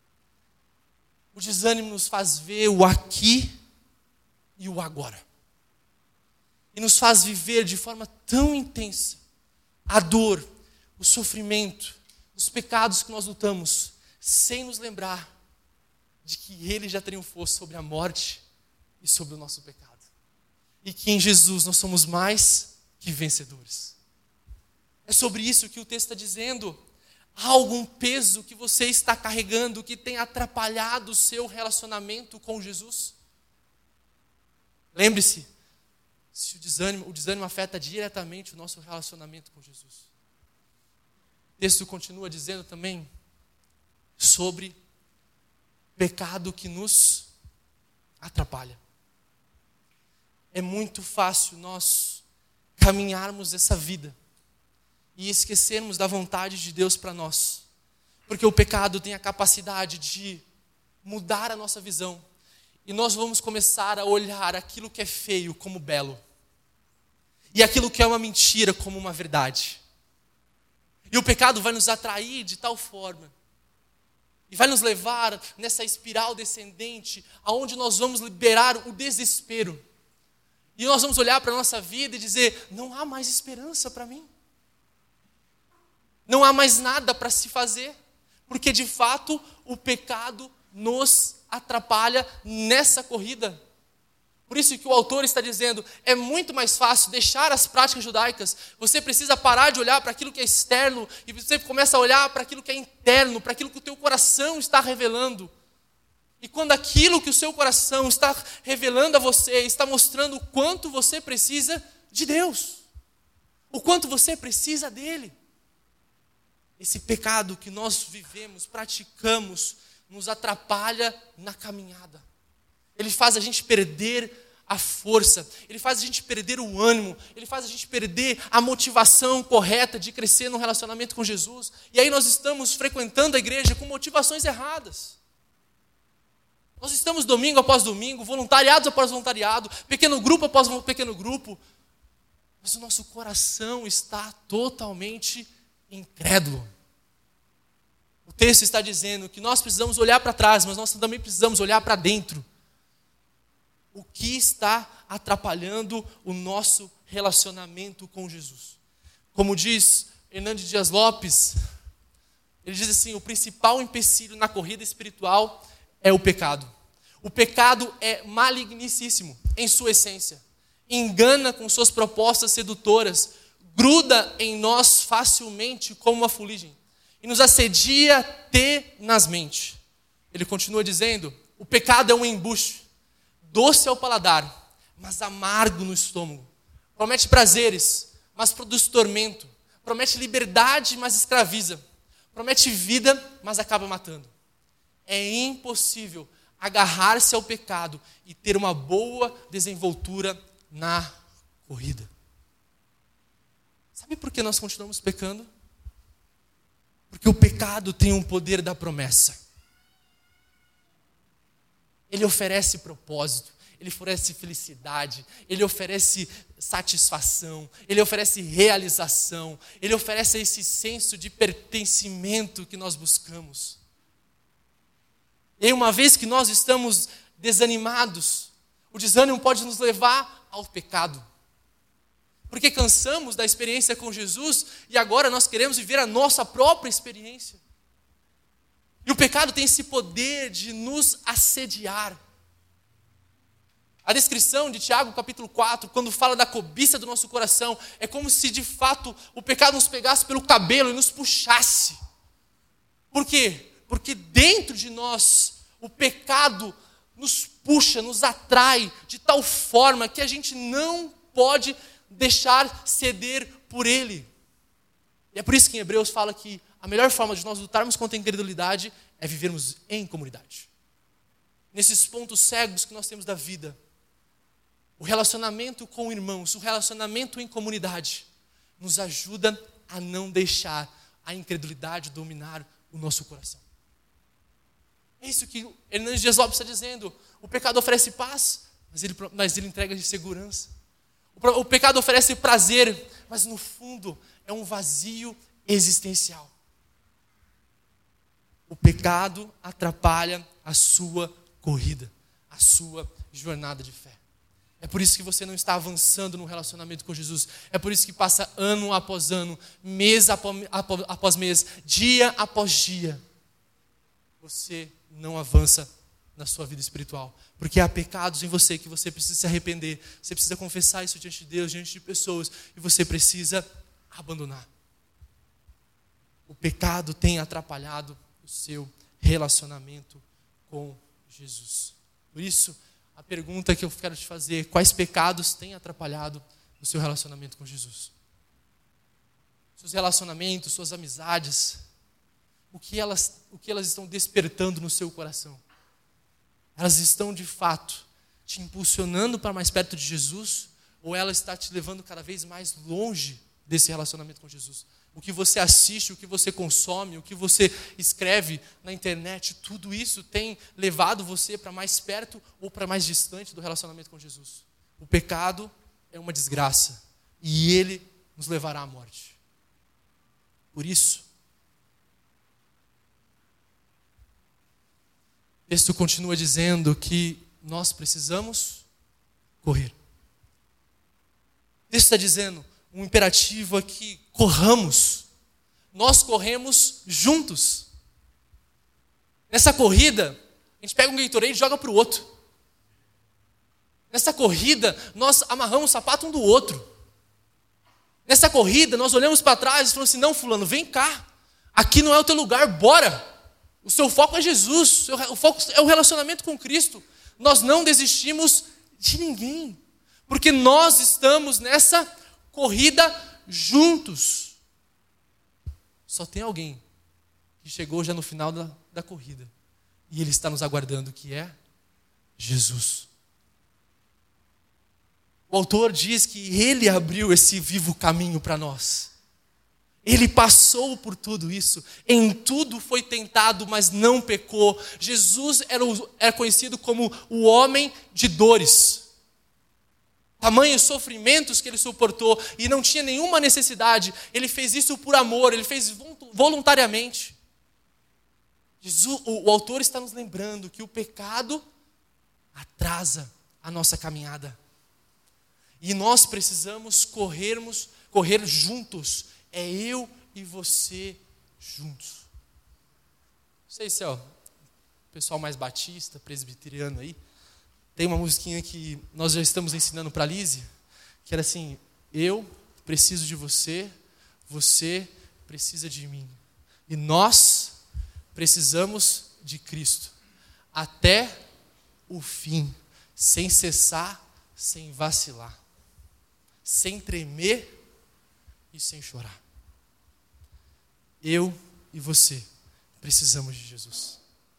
O desânimo nos faz ver o aqui e o agora. E nos faz viver de forma tão intensa a dor, o sofrimento, os pecados que nós lutamos, sem nos lembrar de que Ele já triunfou sobre a morte e sobre o nosso pecado. E que em Jesus nós somos mais que vencedores. É sobre isso que o texto está dizendo. Há algum peso que você está carregando que tem atrapalhado o seu relacionamento com Jesus? Lembre-se, se o desânimo, o desânimo afeta diretamente o nosso relacionamento com Jesus. O texto continua dizendo também sobre pecado que nos atrapalha. É muito fácil nós caminharmos essa vida e esquecermos da vontade de Deus para nós. Porque o pecado tem a capacidade de mudar a nossa visão. E nós vamos começar a olhar aquilo que é feio como belo. E aquilo que é uma mentira como uma verdade. E o pecado vai nos atrair de tal forma. E vai nos levar nessa espiral descendente, aonde nós vamos liberar o desespero. E nós vamos olhar para a nossa vida e dizer, não há mais esperança para mim. Não há mais nada para se fazer. Porque de fato o pecado nos atrapalha nessa corrida. Por isso que o autor está dizendo, é muito mais fácil deixar as práticas judaicas. Você precisa parar de olhar para aquilo que é externo e você começa a olhar para aquilo que é interno, para aquilo que o teu coração está revelando. E quando aquilo que o seu coração está revelando a você, está mostrando o quanto você precisa de Deus, o quanto você precisa dele. Esse pecado que nós vivemos, praticamos, nos atrapalha na caminhada. Ele faz a gente perder a força, ele faz a gente perder o ânimo, ele faz a gente perder a motivação correta de crescer no relacionamento com Jesus. E aí nós estamos frequentando a igreja com motivações erradas. Nós estamos domingo após domingo, voluntariados após voluntariado, pequeno grupo após pequeno grupo, mas o nosso coração está totalmente incrédulo. O texto está dizendo que nós precisamos olhar para trás, mas nós também precisamos olhar para dentro. O que está atrapalhando o nosso relacionamento com Jesus? Como diz Hernandes Dias Lopes, ele diz assim, o principal empecilho na corrida espiritual é o pecado. O pecado é malignicíssimo em sua essência. Engana com suas propostas sedutoras, gruda em nós facilmente como uma fuligem e nos assedia tenazmente. Ele continua dizendo, o pecado é um embuste, doce ao paladar, mas amargo no estômago. Promete prazeres, mas produz tormento. Promete liberdade, mas escraviza. Promete vida, mas acaba matando. É impossível agarrar-se ao pecado e ter uma boa desenvoltura na corrida. Sabe por que nós continuamos pecando? Porque o pecado tem um poder da promessa. Ele oferece propósito, ele oferece felicidade, ele oferece satisfação, ele oferece realização, ele oferece esse senso de pertencimento que nós buscamos. E uma vez que nós estamos desanimados, o desânimo pode nos levar ao pecado. Porque cansamos da experiência com Jesus e agora nós queremos viver a nossa própria experiência. E o pecado tem esse poder de nos assediar. A descrição de Tiago capítulo quatro, quando fala da cobiça do nosso coração, é como se de fato o pecado nos pegasse pelo cabelo e nos puxasse. Por quê? Porque dentro de nós o pecado nos puxa, nos atrai de tal forma que a gente não pode deixar ceder por ele. E é por isso que em Hebreus fala que a melhor forma de nós lutarmos contra a incredulidade é vivermos em comunidade. Nesses pontos cegos que nós temos da vida, o relacionamento com irmãos, o relacionamento em comunidade, nos ajuda a não deixar a incredulidade dominar o nosso coração. É isso que Hernandes Dias Lopes está dizendo. O pecado oferece paz, mas ele, mas ele entrega de segurança. O pecado oferece prazer, mas no fundo é um vazio existencial. O pecado atrapalha a sua corrida, a sua jornada de fé. É por isso que você não está avançando no relacionamento com Jesus. É por isso que passa ano após ano, mês após mês, dia após dia. Você não avança na sua vida espiritual, porque há pecados em você que você precisa se arrepender, você precisa confessar isso diante de Deus, diante de pessoas, e você precisa abandonar. O pecado tem atrapalhado o seu relacionamento com Jesus. Por isso, a pergunta que eu quero te fazer, quais pecados têm atrapalhado o seu relacionamento com Jesus? Seus relacionamentos, suas amizades, o que elas, o que elas estão despertando no seu coração? Elas estão, de fato, te impulsionando para mais perto de Jesus? Ou ela está te levando cada vez mais longe desse relacionamento com Jesus? O que você assiste, o que você consome, o que você escreve na internet, tudo isso tem levado você para mais perto ou para mais distante do relacionamento com Jesus. O pecado é uma desgraça e ele nos levará à morte. Por isso, o texto continua dizendo que nós precisamos correr. O texto está dizendo um imperativo aqui: corramos. Nós corremos juntos. Nessa corrida, a gente pega um Gatorade e joga para o outro. Nessa corrida, nós amarramos o sapato um do outro. Nessa corrida, nós olhamos para trás e falamos assim: não, fulano, vem cá. Aqui não é o teu lugar, bora. O seu foco é Jesus, o foco é o relacionamento com Cristo. Nós não desistimos de ninguém, porque nós estamos nessa corrida juntos. Só tem alguém que chegou já no final da, da corrida e ele está nos aguardando, que é Jesus. O autor diz que ele abriu esse vivo caminho para nós. Ele passou por tudo isso, em tudo foi tentado, mas não pecou. Jesus era, o, era conhecido como o homem de dores. Tamanhos sofrimentos que ele suportou e não tinha nenhuma necessidade. Ele fez isso por amor, ele fez voluntariamente. Jesus, o, o autor está nos lembrando que o pecado atrasa a nossa caminhada. E nós precisamos corrermos, correr juntos. É eu e você juntos. Não sei se é o pessoal mais batista, presbiteriano aí. Tem uma musiquinha que nós já estamos ensinando para a Lise, que era assim: eu preciso de você, você precisa de mim. E nós precisamos de Cristo. Até o fim, sem cessar, sem vacilar, sem tremer e sem chorar. Eu e você precisamos de Jesus.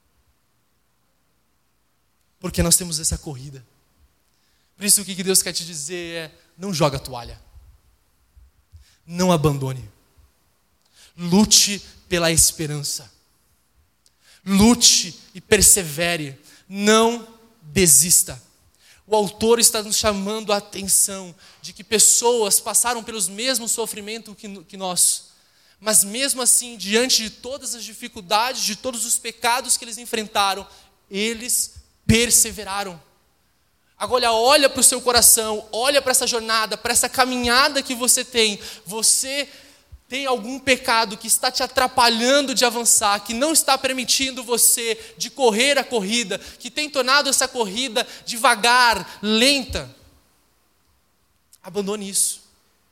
Porque nós temos essa corrida. Por isso o que Deus quer te dizer é: não joga a toalha. Não abandone. Lute pela esperança. Lute e persevere. Não desista. O autor está nos chamando a atenção de que pessoas passaram pelos mesmos sofrimentos que, que nós. Mas mesmo assim, diante de todas as dificuldades, de todos os pecados que eles enfrentaram, eles perseveraram. Agora olha para o seu coração, olha para essa jornada, para essa caminhada que você tem. Você tem algum pecado que está te atrapalhando de avançar, que não está permitindo você de correr a corrida, que tem tornado essa corrida devagar, lenta. Abandone isso.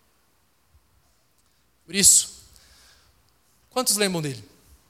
Por isso, quantos lembram dele?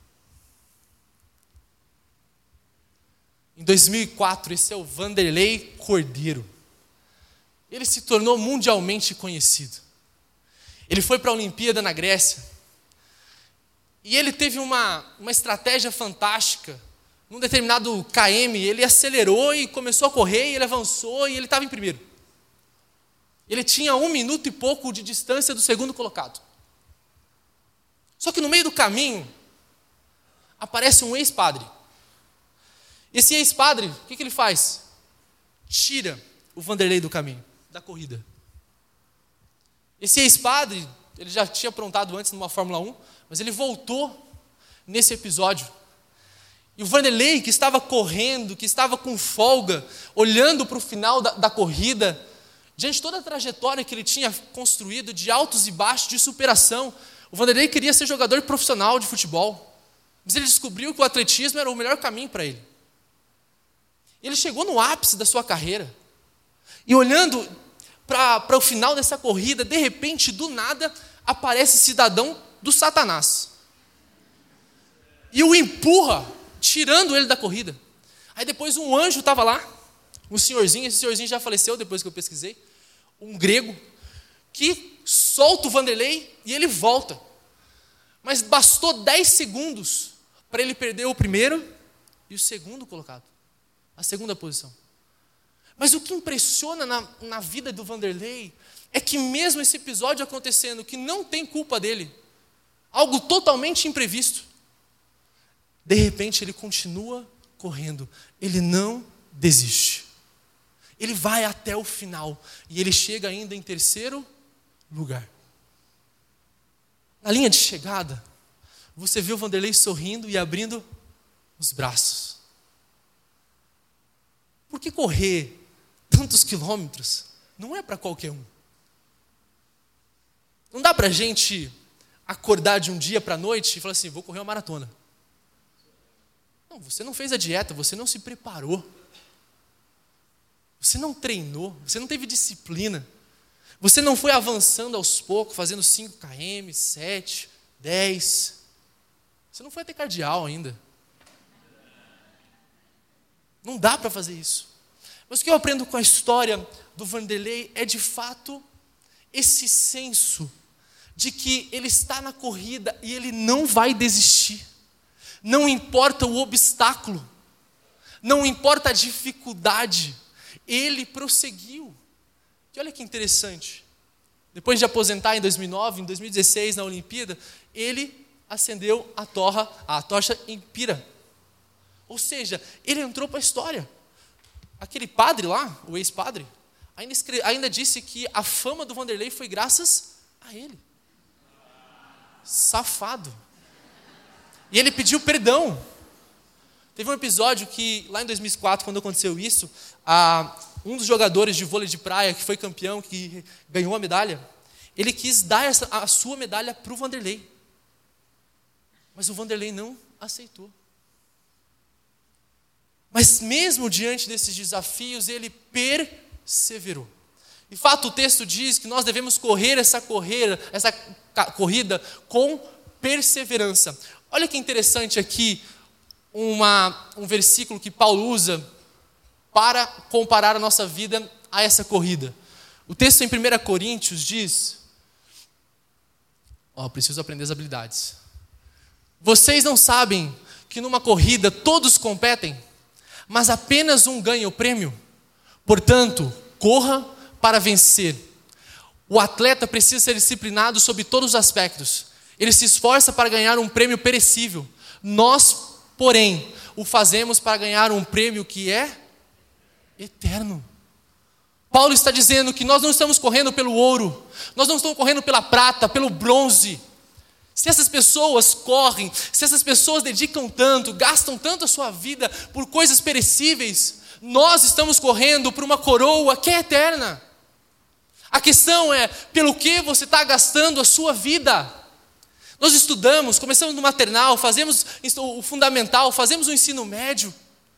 Em dois mil e quatro, esse é o Vanderlei Cordeiro. Ele se tornou mundialmente conhecido. Ele foi para a Olimpíada na Grécia. E ele teve uma, uma estratégia fantástica. Num determinado K M, ele acelerou e começou a correr, e ele avançou e ele estava em primeiro. Ele tinha um minuto e pouco de distância do segundo colocado. Só que no meio do caminho, aparece um ex-padre. Esse ex-padre, o que, que ele faz? Tira o Vanderlei do caminho, da corrida. Esse ex-padre, ele já tinha aprontado antes numa Fórmula um, mas ele voltou nesse episódio. E o Vanderlei, que estava correndo, que estava com folga, olhando para o final da, da corrida, diante de toda a trajetória que ele tinha construído, de altos e baixos, de superação, o Vanderlei queria ser jogador profissional de futebol, mas ele descobriu que o atletismo era o melhor caminho para ele. Ele chegou no ápice da sua carreira, e olhando para o final dessa corrida, de repente, do nada, aparece cidadão do Satanás. E o empurra, tirando ele da corrida. Aí depois um anjo estava lá, um senhorzinho, esse senhorzinho já faleceu depois que eu pesquisei, um grego, que solta o Vanderlei e ele volta. Mas bastou dez segundos para ele perder o primeiro e o segundo colocado, a segunda posição. Mas o que impressiona na, na vida do Vanderlei é que mesmo esse episódio acontecendo, que não tem culpa dele, Algo totalmente imprevisto. De repente ele continua correndo. Ele não desiste. Ele vai até o final. E ele chega ainda em terceiro lugar. Na linha de chegada, você vê o Vanderlei sorrindo e abrindo os braços. Porque correr tantos quilômetros não é para qualquer um. Não dá para a gente acordar de um dia para a noite e falar assim, vou correr uma maratona. Não, você não fez a dieta, você não se preparou. Você não treinou, você não teve disciplina. Você não foi avançando aos poucos, fazendo cinco quilômetros, sete, dez. Você não foi até cardial ainda. Não dá para fazer isso. Mas o que eu aprendo com a história do Vanderlei é de fato esse senso de que ele está na corrida e ele não vai desistir. Não importa o obstáculo, não importa a dificuldade, ele prosseguiu. E olha que interessante, depois de aposentar em dois mil e nove, em dois mil e dezesseis na Olimpíada, ele acendeu a, torra, a tocha em Pira. Ou seja, ele entrou para a história. Aquele padre lá, o ex-padre, ainda, escreve, ainda disse que a fama do Vanderlei foi graças a ele. Safado. E ele pediu perdão. Teve um episódio que, lá em dois mil e quatro, quando aconteceu isso, a, um dos jogadores de vôlei de praia, que foi campeão, que ganhou a medalha, ele quis dar essa, a sua medalha para o Vanderlei. Mas o Vanderlei não aceitou. Mas mesmo diante desses desafios, ele perseverou. De fato, o texto diz que nós devemos correr essa, correr, essa corrida com perseverança. Olha que interessante aqui, uma, um versículo que Paulo usa para comparar a nossa vida a essa corrida. O texto em primeira Coríntios diz, ó, oh, preciso aprender as habilidades. Vocês não sabem que numa corrida todos competem, mas apenas um ganha o prêmio? Portanto, corra para vencer. O atleta precisa ser disciplinado sob todos os aspectos. Ele se esforça para ganhar um prêmio perecível. Nós, porém, o fazemos para ganhar um prêmio que é eterno. Paulo está dizendo que nós não estamos correndo pelo ouro, nós não estamos correndo pela prata, pelo bronze. Se essas pessoas correm, se essas pessoas dedicam tanto, gastam tanto a sua vida por coisas perecíveis, nós estamos correndo por uma coroa que é eterna. A questão é, pelo que você está gastando a sua vida? Nós estudamos, começamos no maternal, fazemos o fundamental, fazemos o ensino médio.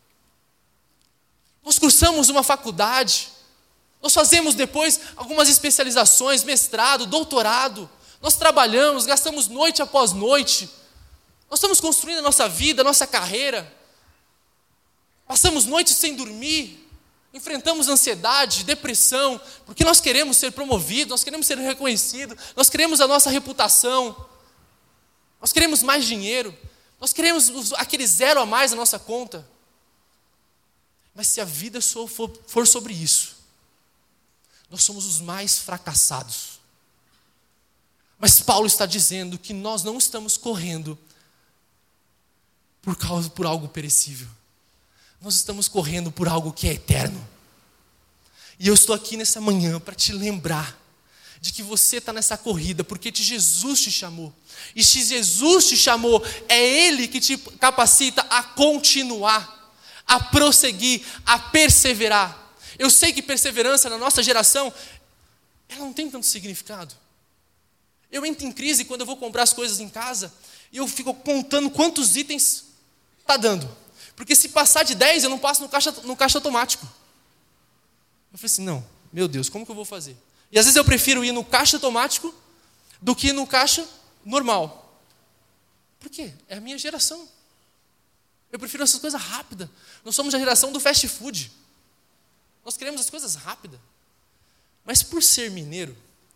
Nós cursamos uma faculdade. Nós fazemos depois algumas especializações, mestrado, doutorado. Nós trabalhamos, gastamos noite após noite. Nós estamos construindo a nossa vida, a nossa carreira. Passamos noites sem dormir. Enfrentamos ansiedade, depressão, porque nós queremos ser promovidos, nós queremos ser reconhecidos, nós queremos a nossa reputação. Nós queremos mais dinheiro, nós queremos aquele zero a mais na nossa conta. Mas se a vida for sobre isso, nós somos os mais fracassados. Mas Paulo está dizendo que nós não estamos correndo por causa por algo perecível. Nós estamos correndo por algo que é eterno. E eu estou aqui nessa manhã para te lembrar de que você está nessa corrida porque Jesus te chamou. E se Jesus te chamou, é Ele que te capacita a continuar, a prosseguir, a perseverar. Eu sei que perseverança na nossa geração, ela não tem tanto significado. Eu entro em crise quando eu vou comprar as coisas em casa e eu fico contando quantos itens está dando. Porque se passar de dez, eu não passo no caixa, no caixa automático. Eu falei assim, não, meu Deus, como que eu vou fazer? E às vezes eu prefiro ir no caixa automático do que no caixa normal. Por quê? É a minha geração. Eu prefiro essas coisas rápidas. Nós somos a geração do fast food. Nós queremos as coisas rápidas. Mas por ser mineiro,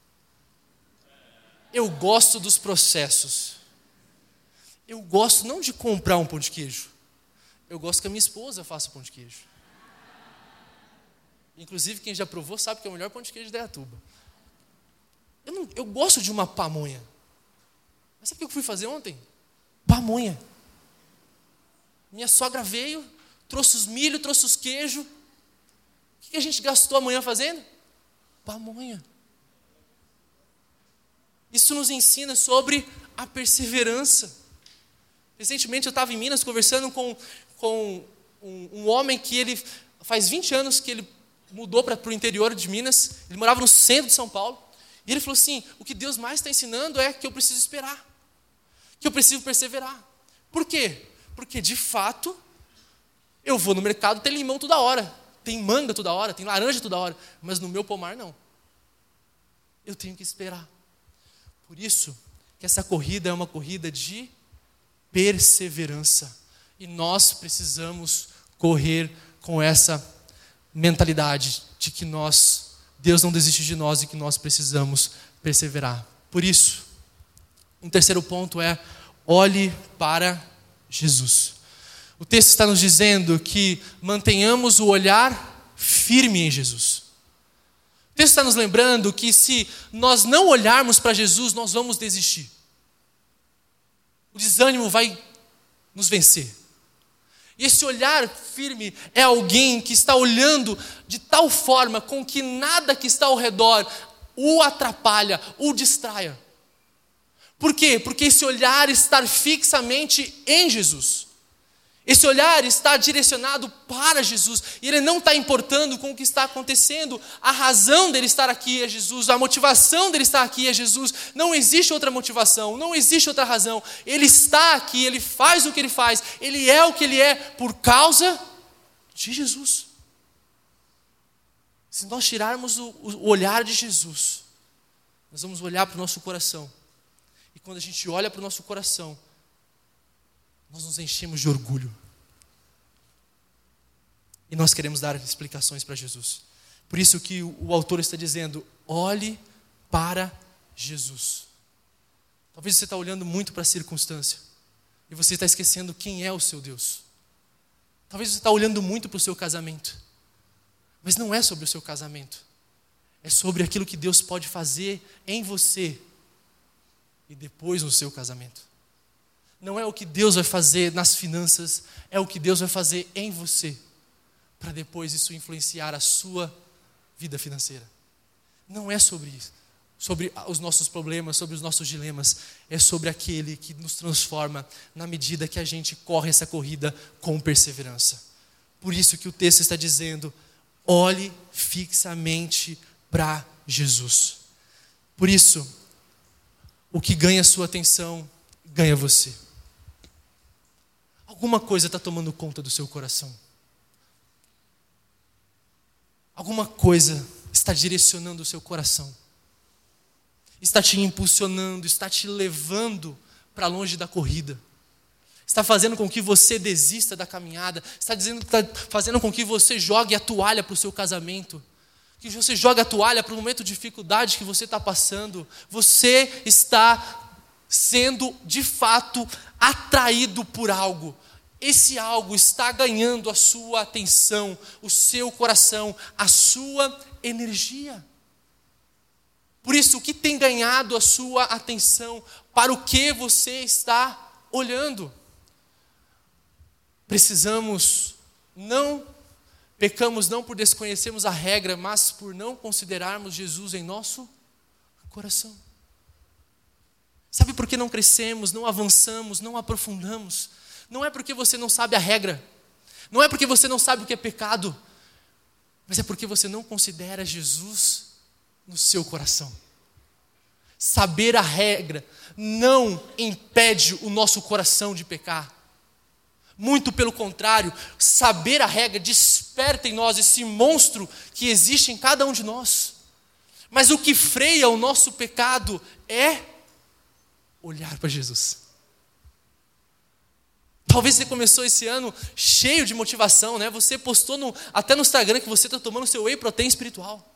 eu gosto dos processos. Eu gosto não de comprar um pão de queijo. Eu gosto que a minha esposa faça pão de queijo. Inclusive, quem já provou sabe que é o melhor pão de queijo da Dayatuba. Eu, não, eu gosto de uma pamonha. Mas sabe o que eu fui fazer ontem? Pamonha. Minha sogra veio, trouxe os milho, trouxe os queijos. O que a gente gastou amanhã fazendo? Pamonha. Isso nos ensina sobre a perseverança. Recentemente eu estava em Minas conversando com, com um, um homem que ele faz vinte anos que ele mudou para o interior de Minas. Ele morava no centro de São Paulo. E ele falou assim, o que Deus mais está ensinando é que eu preciso esperar. Que eu preciso perseverar. Por quê? Porque de fato, eu vou no mercado, tem limão toda hora. Tem manga toda hora, tem laranja toda hora. Mas no meu pomar não. Eu tenho que esperar. Por isso que essa corrida é uma corrida de perseverança. E nós precisamos correr com essa mentalidade de que nós, Deus não desiste de nós e que nós precisamos perseverar. Por isso, um terceiro ponto é, olhe para Jesus. O texto está nos dizendo que mantenhamos o olhar firme em Jesus. O texto está nos lembrando que se nós não olharmos para Jesus, nós vamos desistir. O desânimo vai nos vencer. E esse olhar firme é alguém que está olhando de tal forma com que nada que está ao redor o atrapalha, o distraia. Por quê? Porque esse olhar está fixamente em Jesus. Esse olhar está direcionado para Jesus. E ele não está importando com o que está acontecendo. A razão dele estar aqui é Jesus. A motivação dele estar aqui é Jesus. Não existe outra motivação. Não existe outra razão. Ele está aqui. Ele faz o que ele faz. Ele é o que ele é por causa de Jesus. Se nós tirarmos o, o olhar de Jesus, nós vamos olhar para o nosso coração. E quando a gente olha para o nosso coração, nós nos enchemos de orgulho. E nós queremos dar explicações para Jesus. Por isso que o, o autor está dizendo, olhe para Jesus. Talvez você está olhando muito para a circunstância. E você está esquecendo quem é o seu Deus. Talvez você está olhando muito para o seu casamento. Mas não é sobre o seu casamento. É sobre aquilo que Deus pode fazer em você. E depois no seu casamento. Não é o que Deus vai fazer nas finanças, é o que Deus vai fazer em você, para depois isso influenciar a sua vida financeira. Não é sobre isso, sobre os nossos problemas, sobre os nossos dilemas, é sobre aquele que nos transforma na medida que a gente corre essa corrida com perseverança. Por isso que o texto está dizendo, olhe fixamente para Jesus. Por isso, o que ganha sua atenção, ganha você. Alguma coisa está tomando conta do seu coração. Alguma coisa está direcionando o seu coração. Está te impulsionando, está te levando para longe da corrida. Está fazendo com que você desista da caminhada. Está, dizendo, está fazendo com que você jogue a toalha para o seu casamento. Que você jogue a toalha para o momento de dificuldade que você está passando. Você está sendo, de fato, atraído por algo. Esse algo está ganhando a sua atenção, o seu coração, a sua energia. Por isso, o que tem ganhado a sua atenção? Para o que você está olhando? Precisamos, não, pecamos não por desconhecermos a regra, mas por não considerarmos Jesus em nosso coração. Sabe por que não crescemos, não avançamos, não aprofundamos? Não é porque você não sabe a regra, não é porque você não sabe o que é pecado, mas é porque você não considera Jesus no seu coração. Saber a regra não impede o nosso coração de pecar. Muito pelo contrário, saber a regra desperta em nós esse monstro que existe em cada um de nós. Mas o que freia o nosso pecado é olhar para Jesus. Talvez você começou esse ano cheio de motivação, né? Você postou no, até no Instagram que você está tomando seu whey protein espiritual.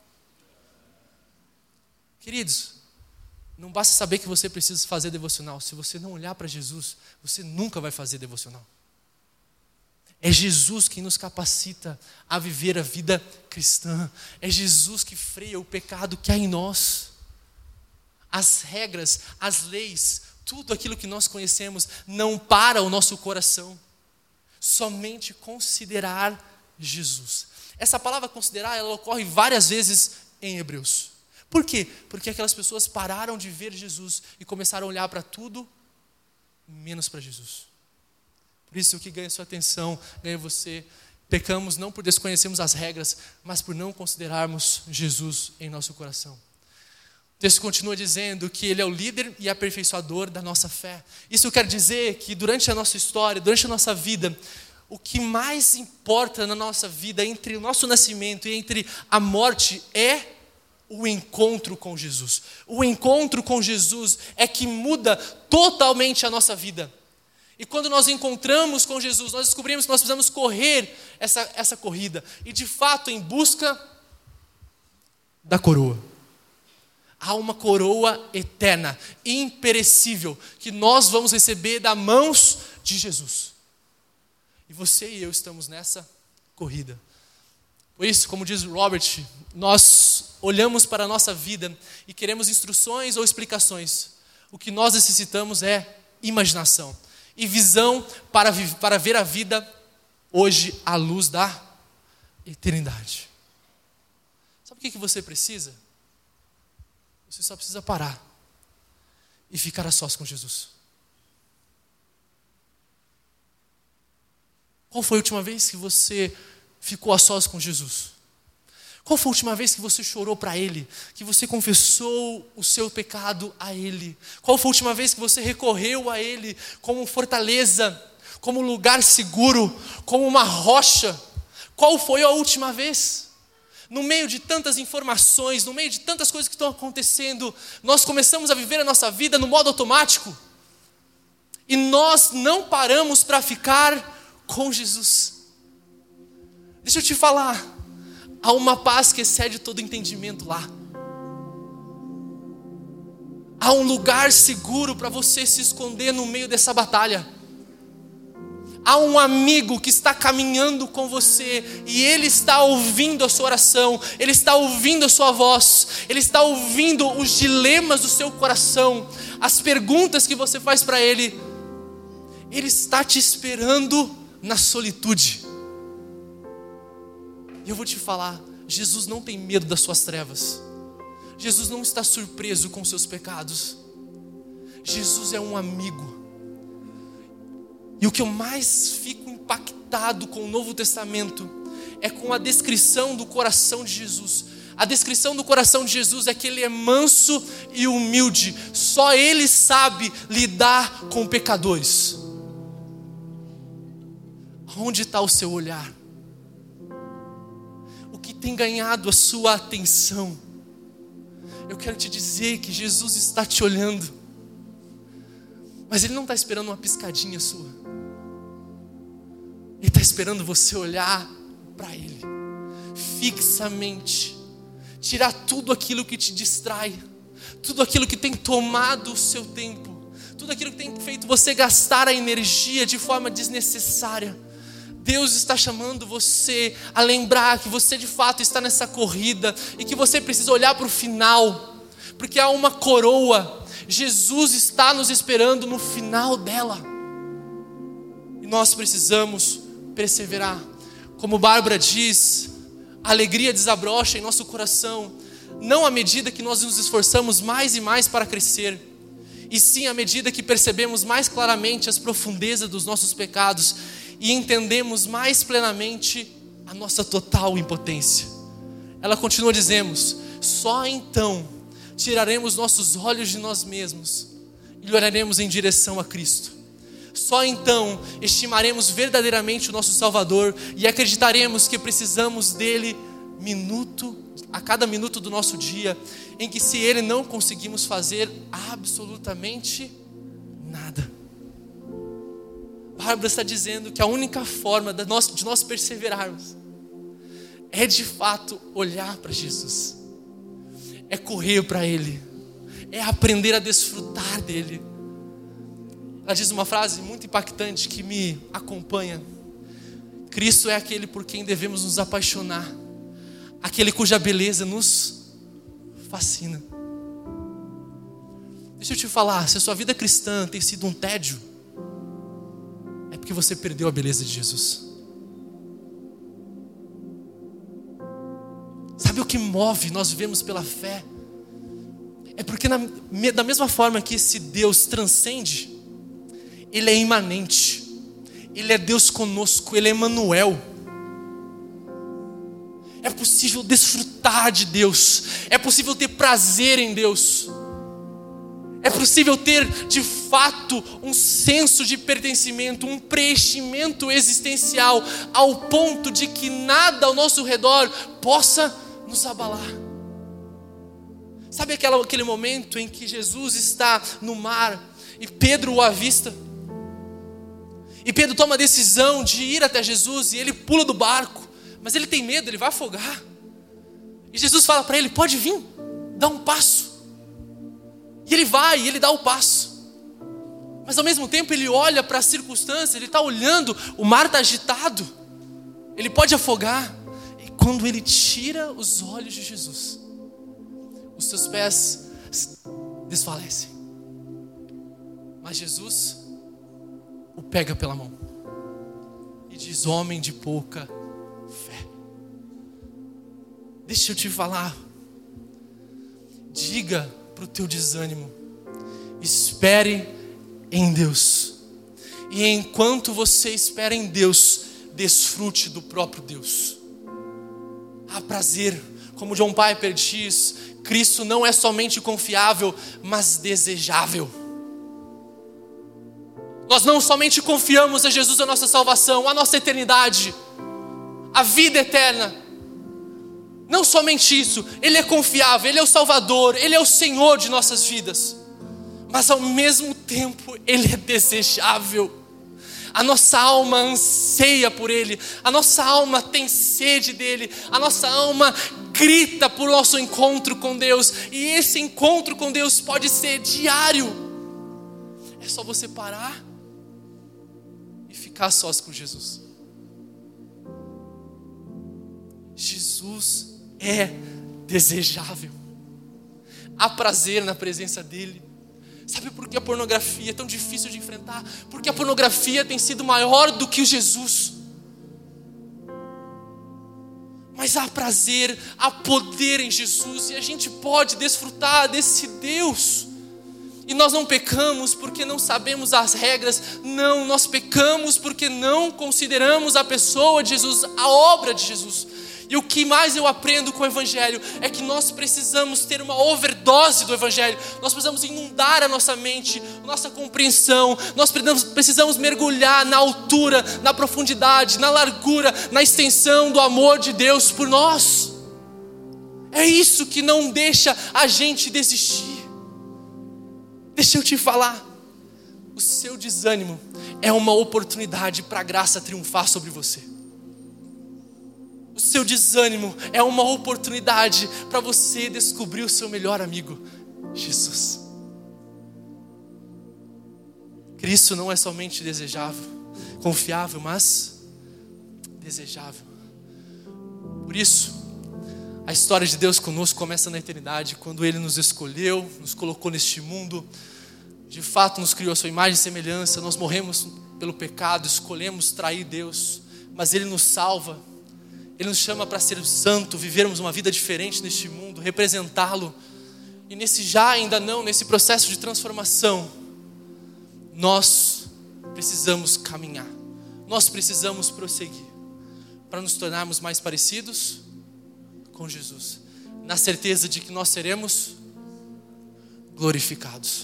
Queridos, não basta saber que você precisa fazer devocional. Se você não olhar para Jesus, você nunca vai fazer devocional. É Jesus quem nos capacita a viver a vida cristã. É Jesus que freia o pecado que há em nós. As regras, as leis, tudo aquilo que nós conhecemos não para o nosso coração. Somente considerar Jesus. Essa palavra considerar, ela ocorre várias vezes em Hebreus. Por quê? Porque aquelas pessoas pararam de ver Jesus e começaram a olhar para tudo, menos para Jesus. Por isso o que ganha sua atenção, ganha você. Pecamos não por desconhecermos as regras, mas por não considerarmos Jesus em nosso coração. O texto continua dizendo que Ele é o líder e aperfeiçoador da nossa fé. Isso quer dizer que durante a nossa história, durante a nossa vida, o que mais importa na nossa vida, entre o nosso nascimento e entre a morte, é o encontro com Jesus. O encontro com Jesus é que muda totalmente a nossa vida. E quando nós encontramos com Jesus, nós descobrimos que nós precisamos correr essa, essa corrida. E de fato, em busca da coroa. Há uma coroa eterna, imperecível, que nós vamos receber das mãos de Jesus. E você e eu estamos nessa corrida. Por isso, como diz Robert, nós olhamos para a nossa vida e queremos instruções ou explicações. O que nós necessitamos é imaginação e visão para, para ver a vida hoje à luz da eternidade. Sabe o que, que você precisa? Você só precisa parar e ficar a sós com Jesus. Qual foi a última vez que você ficou a sós com Jesus? Qual foi a última vez que você chorou para Ele? Que você confessou o seu pecado a Ele? Qual foi a última vez que você recorreu a Ele como fortaleza, como lugar seguro, como uma rocha? Qual foi a última vez? No meio de tantas informações, no meio de tantas coisas que estão acontecendo, nós começamos a viver a nossa vida no modo automático. E nós não paramos para ficar com Jesus. Deixa eu te falar, há uma paz que excede todo entendimento lá. Há um lugar seguro para você se esconder no meio dessa batalha. Há um amigo que está caminhando com você e ele está ouvindo a sua oração, ele está ouvindo a sua voz, ele está ouvindo os dilemas do seu coração, as perguntas que você faz para ele. Ele está te esperando na solitude. E eu vou te falar, Jesus não tem medo das suas trevas. Jesus não está surpreso com seus pecados. Jesus é um amigo. E o que eu mais fico impactado com o Novo Testamento é com a descrição do coração de Jesus. A descrição do coração de Jesus é que Ele é manso e humilde. Só Ele sabe lidar com pecadores. Onde está o seu olhar? O que tem ganhado a sua atenção? Eu quero te dizer que Jesus está te olhando, mas Ele não está esperando uma piscadinha sua. Ele está esperando você olhar para Ele fixamente, tirar tudo aquilo que te distrai, tudo aquilo que tem tomado o seu tempo, tudo aquilo que tem feito você gastar a energia de forma desnecessária. Deus está chamando você a lembrar que você de fato está nessa corrida e que você precisa olhar para o final, porque há uma coroa. Jesus está nos esperando no final dela e nós precisamos perseverar. Como Bárbara diz, a alegria desabrocha em nosso coração, não à medida que nós nos esforçamos mais e mais para crescer, e sim à medida que percebemos mais claramente as profundezas dos nossos pecados e entendemos mais plenamente a nossa total impotência. Ela continua dizendo, só então tiraremos nossos olhos de nós mesmos e olharemos em direção a Cristo. Só então estimaremos verdadeiramente o nosso Salvador e acreditaremos que precisamos dele minuto, a cada minuto do nosso dia, em que se ele não conseguimos fazer absolutamente nada. Bárbara está dizendo que a única forma de nós, de nós perseverarmos é de fato olhar para Jesus, é correr para Ele, é aprender a desfrutar dEle. Ela diz uma frase muito impactante que me acompanha: Cristo é aquele por quem devemos nos apaixonar, aquele cuja beleza nos fascina. Deixa eu te falar, se a sua vida cristã tem sido um tédio, é porque você perdeu a beleza de Jesus. Sabe o que move nós vivemos pela fé? É porque na, da mesma forma que esse Deus transcende, Ele é imanente, Ele é Deus conosco, Ele é Emmanuel. É possível desfrutar de Deus, é possível ter prazer em Deus, é possível ter de fato um senso de pertencimento, um preenchimento existencial, ao ponto de que nada ao nosso redor possa nos abalar. Sabe aquela, aquele momento em que Jesus está no mar e Pedro o avista? E Pedro toma a decisão de ir até Jesus e ele pula do barco, mas ele tem medo, ele vai afogar. E Jesus fala para ele: pode vir, dá um passo. E ele vai, e ele dá o passo. Mas ao mesmo tempo ele olha para a circunstância, ele está olhando, o mar está agitado, ele pode afogar. E quando ele tira os olhos de Jesus, os seus pés desfalecem. Mas Jesus o pega pela mão e diz: homem de pouca fé. Deixa eu te falar, diga para o teu desânimo: espere em Deus. E enquanto você espera em Deus, desfrute do próprio Deus. Há prazer, como John Piper diz, Cristo não é somente confiável, mas desejável. Nós não somente confiamos a Jesus a nossa salvação, a nossa eternidade, a vida eterna. Não somente isso, Ele é confiável, Ele é o Salvador, Ele é o Senhor de nossas vidas. Mas ao mesmo tempo, Ele é desejável. A nossa alma anseia por Ele, a nossa alma tem sede dEle, a nossa alma grita por nosso encontro com Deus. E esse encontro com Deus pode ser diário. É só você parar e ficar sós com Jesus. Jesus é desejável. Há prazer na presença dEle. Sabe por que a pornografia é tão difícil de enfrentar? Porque a pornografia tem sido maior do que o Jesus. Mas há prazer, há poder em Jesus, e a gente pode desfrutar desse Deus. E nós não pecamos porque não sabemos as regras. Não, nós pecamos porque não consideramos a pessoa de Jesus, a obra de Jesus. E o que mais eu aprendo com o Evangelho é que nós precisamos ter uma overdose do Evangelho. Nós precisamos inundar a nossa mente, a nossa compreensão. Nós precisamos mergulhar na altura, na profundidade, na largura, na extensão do amor de Deus por nós. É isso que não deixa a gente desistir. Deixa eu te falar, o seu desânimo é uma oportunidade para a graça triunfar sobre você. O seu desânimo é uma oportunidade para você descobrir o seu melhor amigo, Jesus. Cristo não é somente desejável, confiável, mas desejável. Por isso, a história de Deus conosco começa na eternidade, quando Ele nos escolheu, nos colocou neste mundo, de fato nos criou a sua imagem e semelhança. Nós morremos pelo pecado, escolhemos trair Deus, mas Ele nos salva. Ele nos chama para ser santo, vivermos uma vida diferente neste mundo, representá-lo. E nesse já ainda não, nesse processo de transformação, nós precisamos caminhar. Nós precisamos prosseguir para nos tornarmos mais parecidos com Jesus, na certeza de que nós seremos glorificados.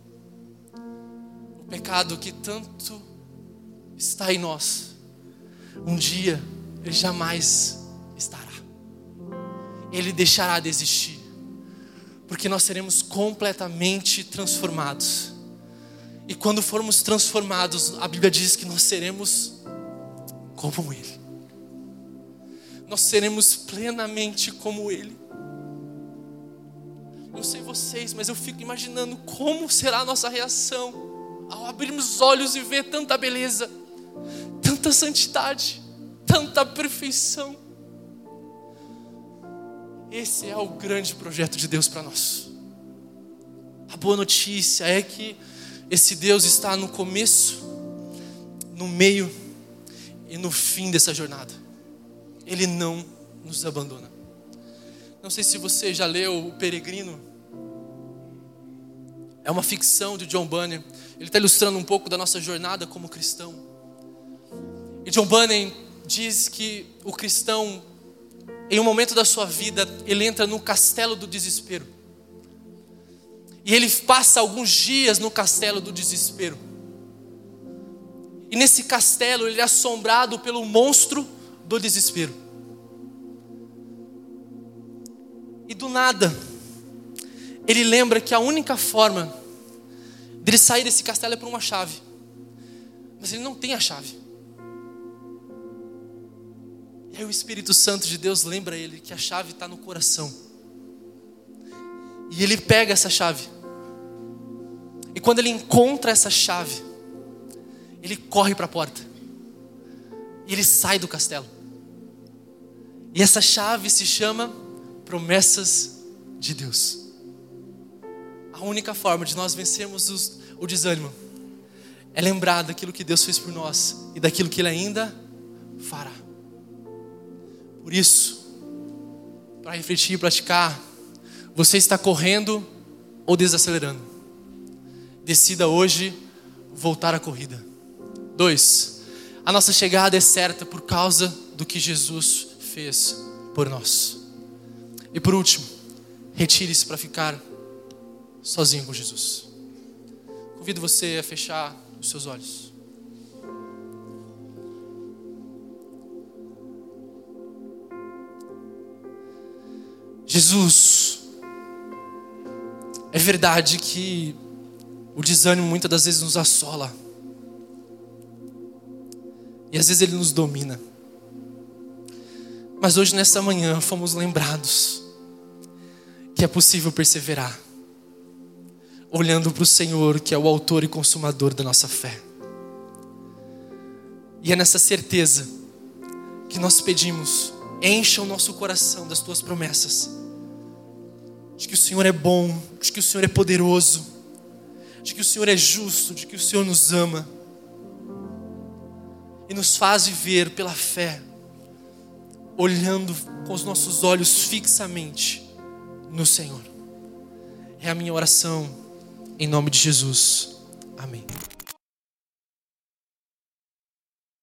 O pecado que tanto está em nós, um dia Ele jamais estará. Ele deixará de existir, porque nós seremos completamente transformados. E quando formos transformados, a Bíblia diz que nós seremos como Ele. Nós seremos plenamente como Ele. Não sei vocês, mas eu fico imaginando como será a nossa reação ao abrirmos os olhos e ver tanta beleza, tanta santidade, tanta perfeição. Esse é o grande projeto de Deus para nós. A boa notícia é que esse Deus está no começo, no meio e no fim dessa jornada. Ele não nos abandona. Não sei se você já leu O Peregrino. É uma ficção de John Bunyan. Ele está ilustrando um pouco da nossa jornada como cristão. E John Bunyan diz que o cristão, em um momento da sua vida, ele entra no castelo do desespero. E ele passa alguns dias no castelo do desespero. E nesse castelo ele é assombrado pelo monstro do desespero. E do nada, ele lembra que a única forma dele sair desse castelo é por uma chave. Mas ele não tem a chave. E aí o Espírito Santo de Deus lembra ele que a chave está no coração. E ele pega essa chave. E quando ele encontra essa chave, ele corre para a porta. E ele sai do castelo. E essa chave se chama promessas de Deus. A única forma de nós vencermos os, o desânimo é lembrar daquilo que Deus fez por nós e daquilo que Ele ainda fará. Por isso, para refletir e praticar, você está correndo ou desacelerando? Decida hoje voltar à corrida. Dois, a nossa chegada é certa por causa do que Jesus fez por nós. E por último, retire-se para ficar sozinho com Jesus. Convido você a fechar os seus olhos. Jesus, é verdade que o desânimo muitas das vezes nos assola. E às vezes ele nos domina. Mas hoje nessa manhã fomos lembrados que é possível perseverar, olhando para o Senhor, que é o autor e consumador da nossa fé. E é nessa certeza que nós pedimos: encha o nosso coração das tuas promessas, de que o Senhor é bom, de que o Senhor é poderoso, de que o Senhor é justo, de que o Senhor nos ama. E nos faz viver pela fé, olhando com os nossos olhos fixamente no Senhor. É a minha oração, em nome de Jesus. Amém.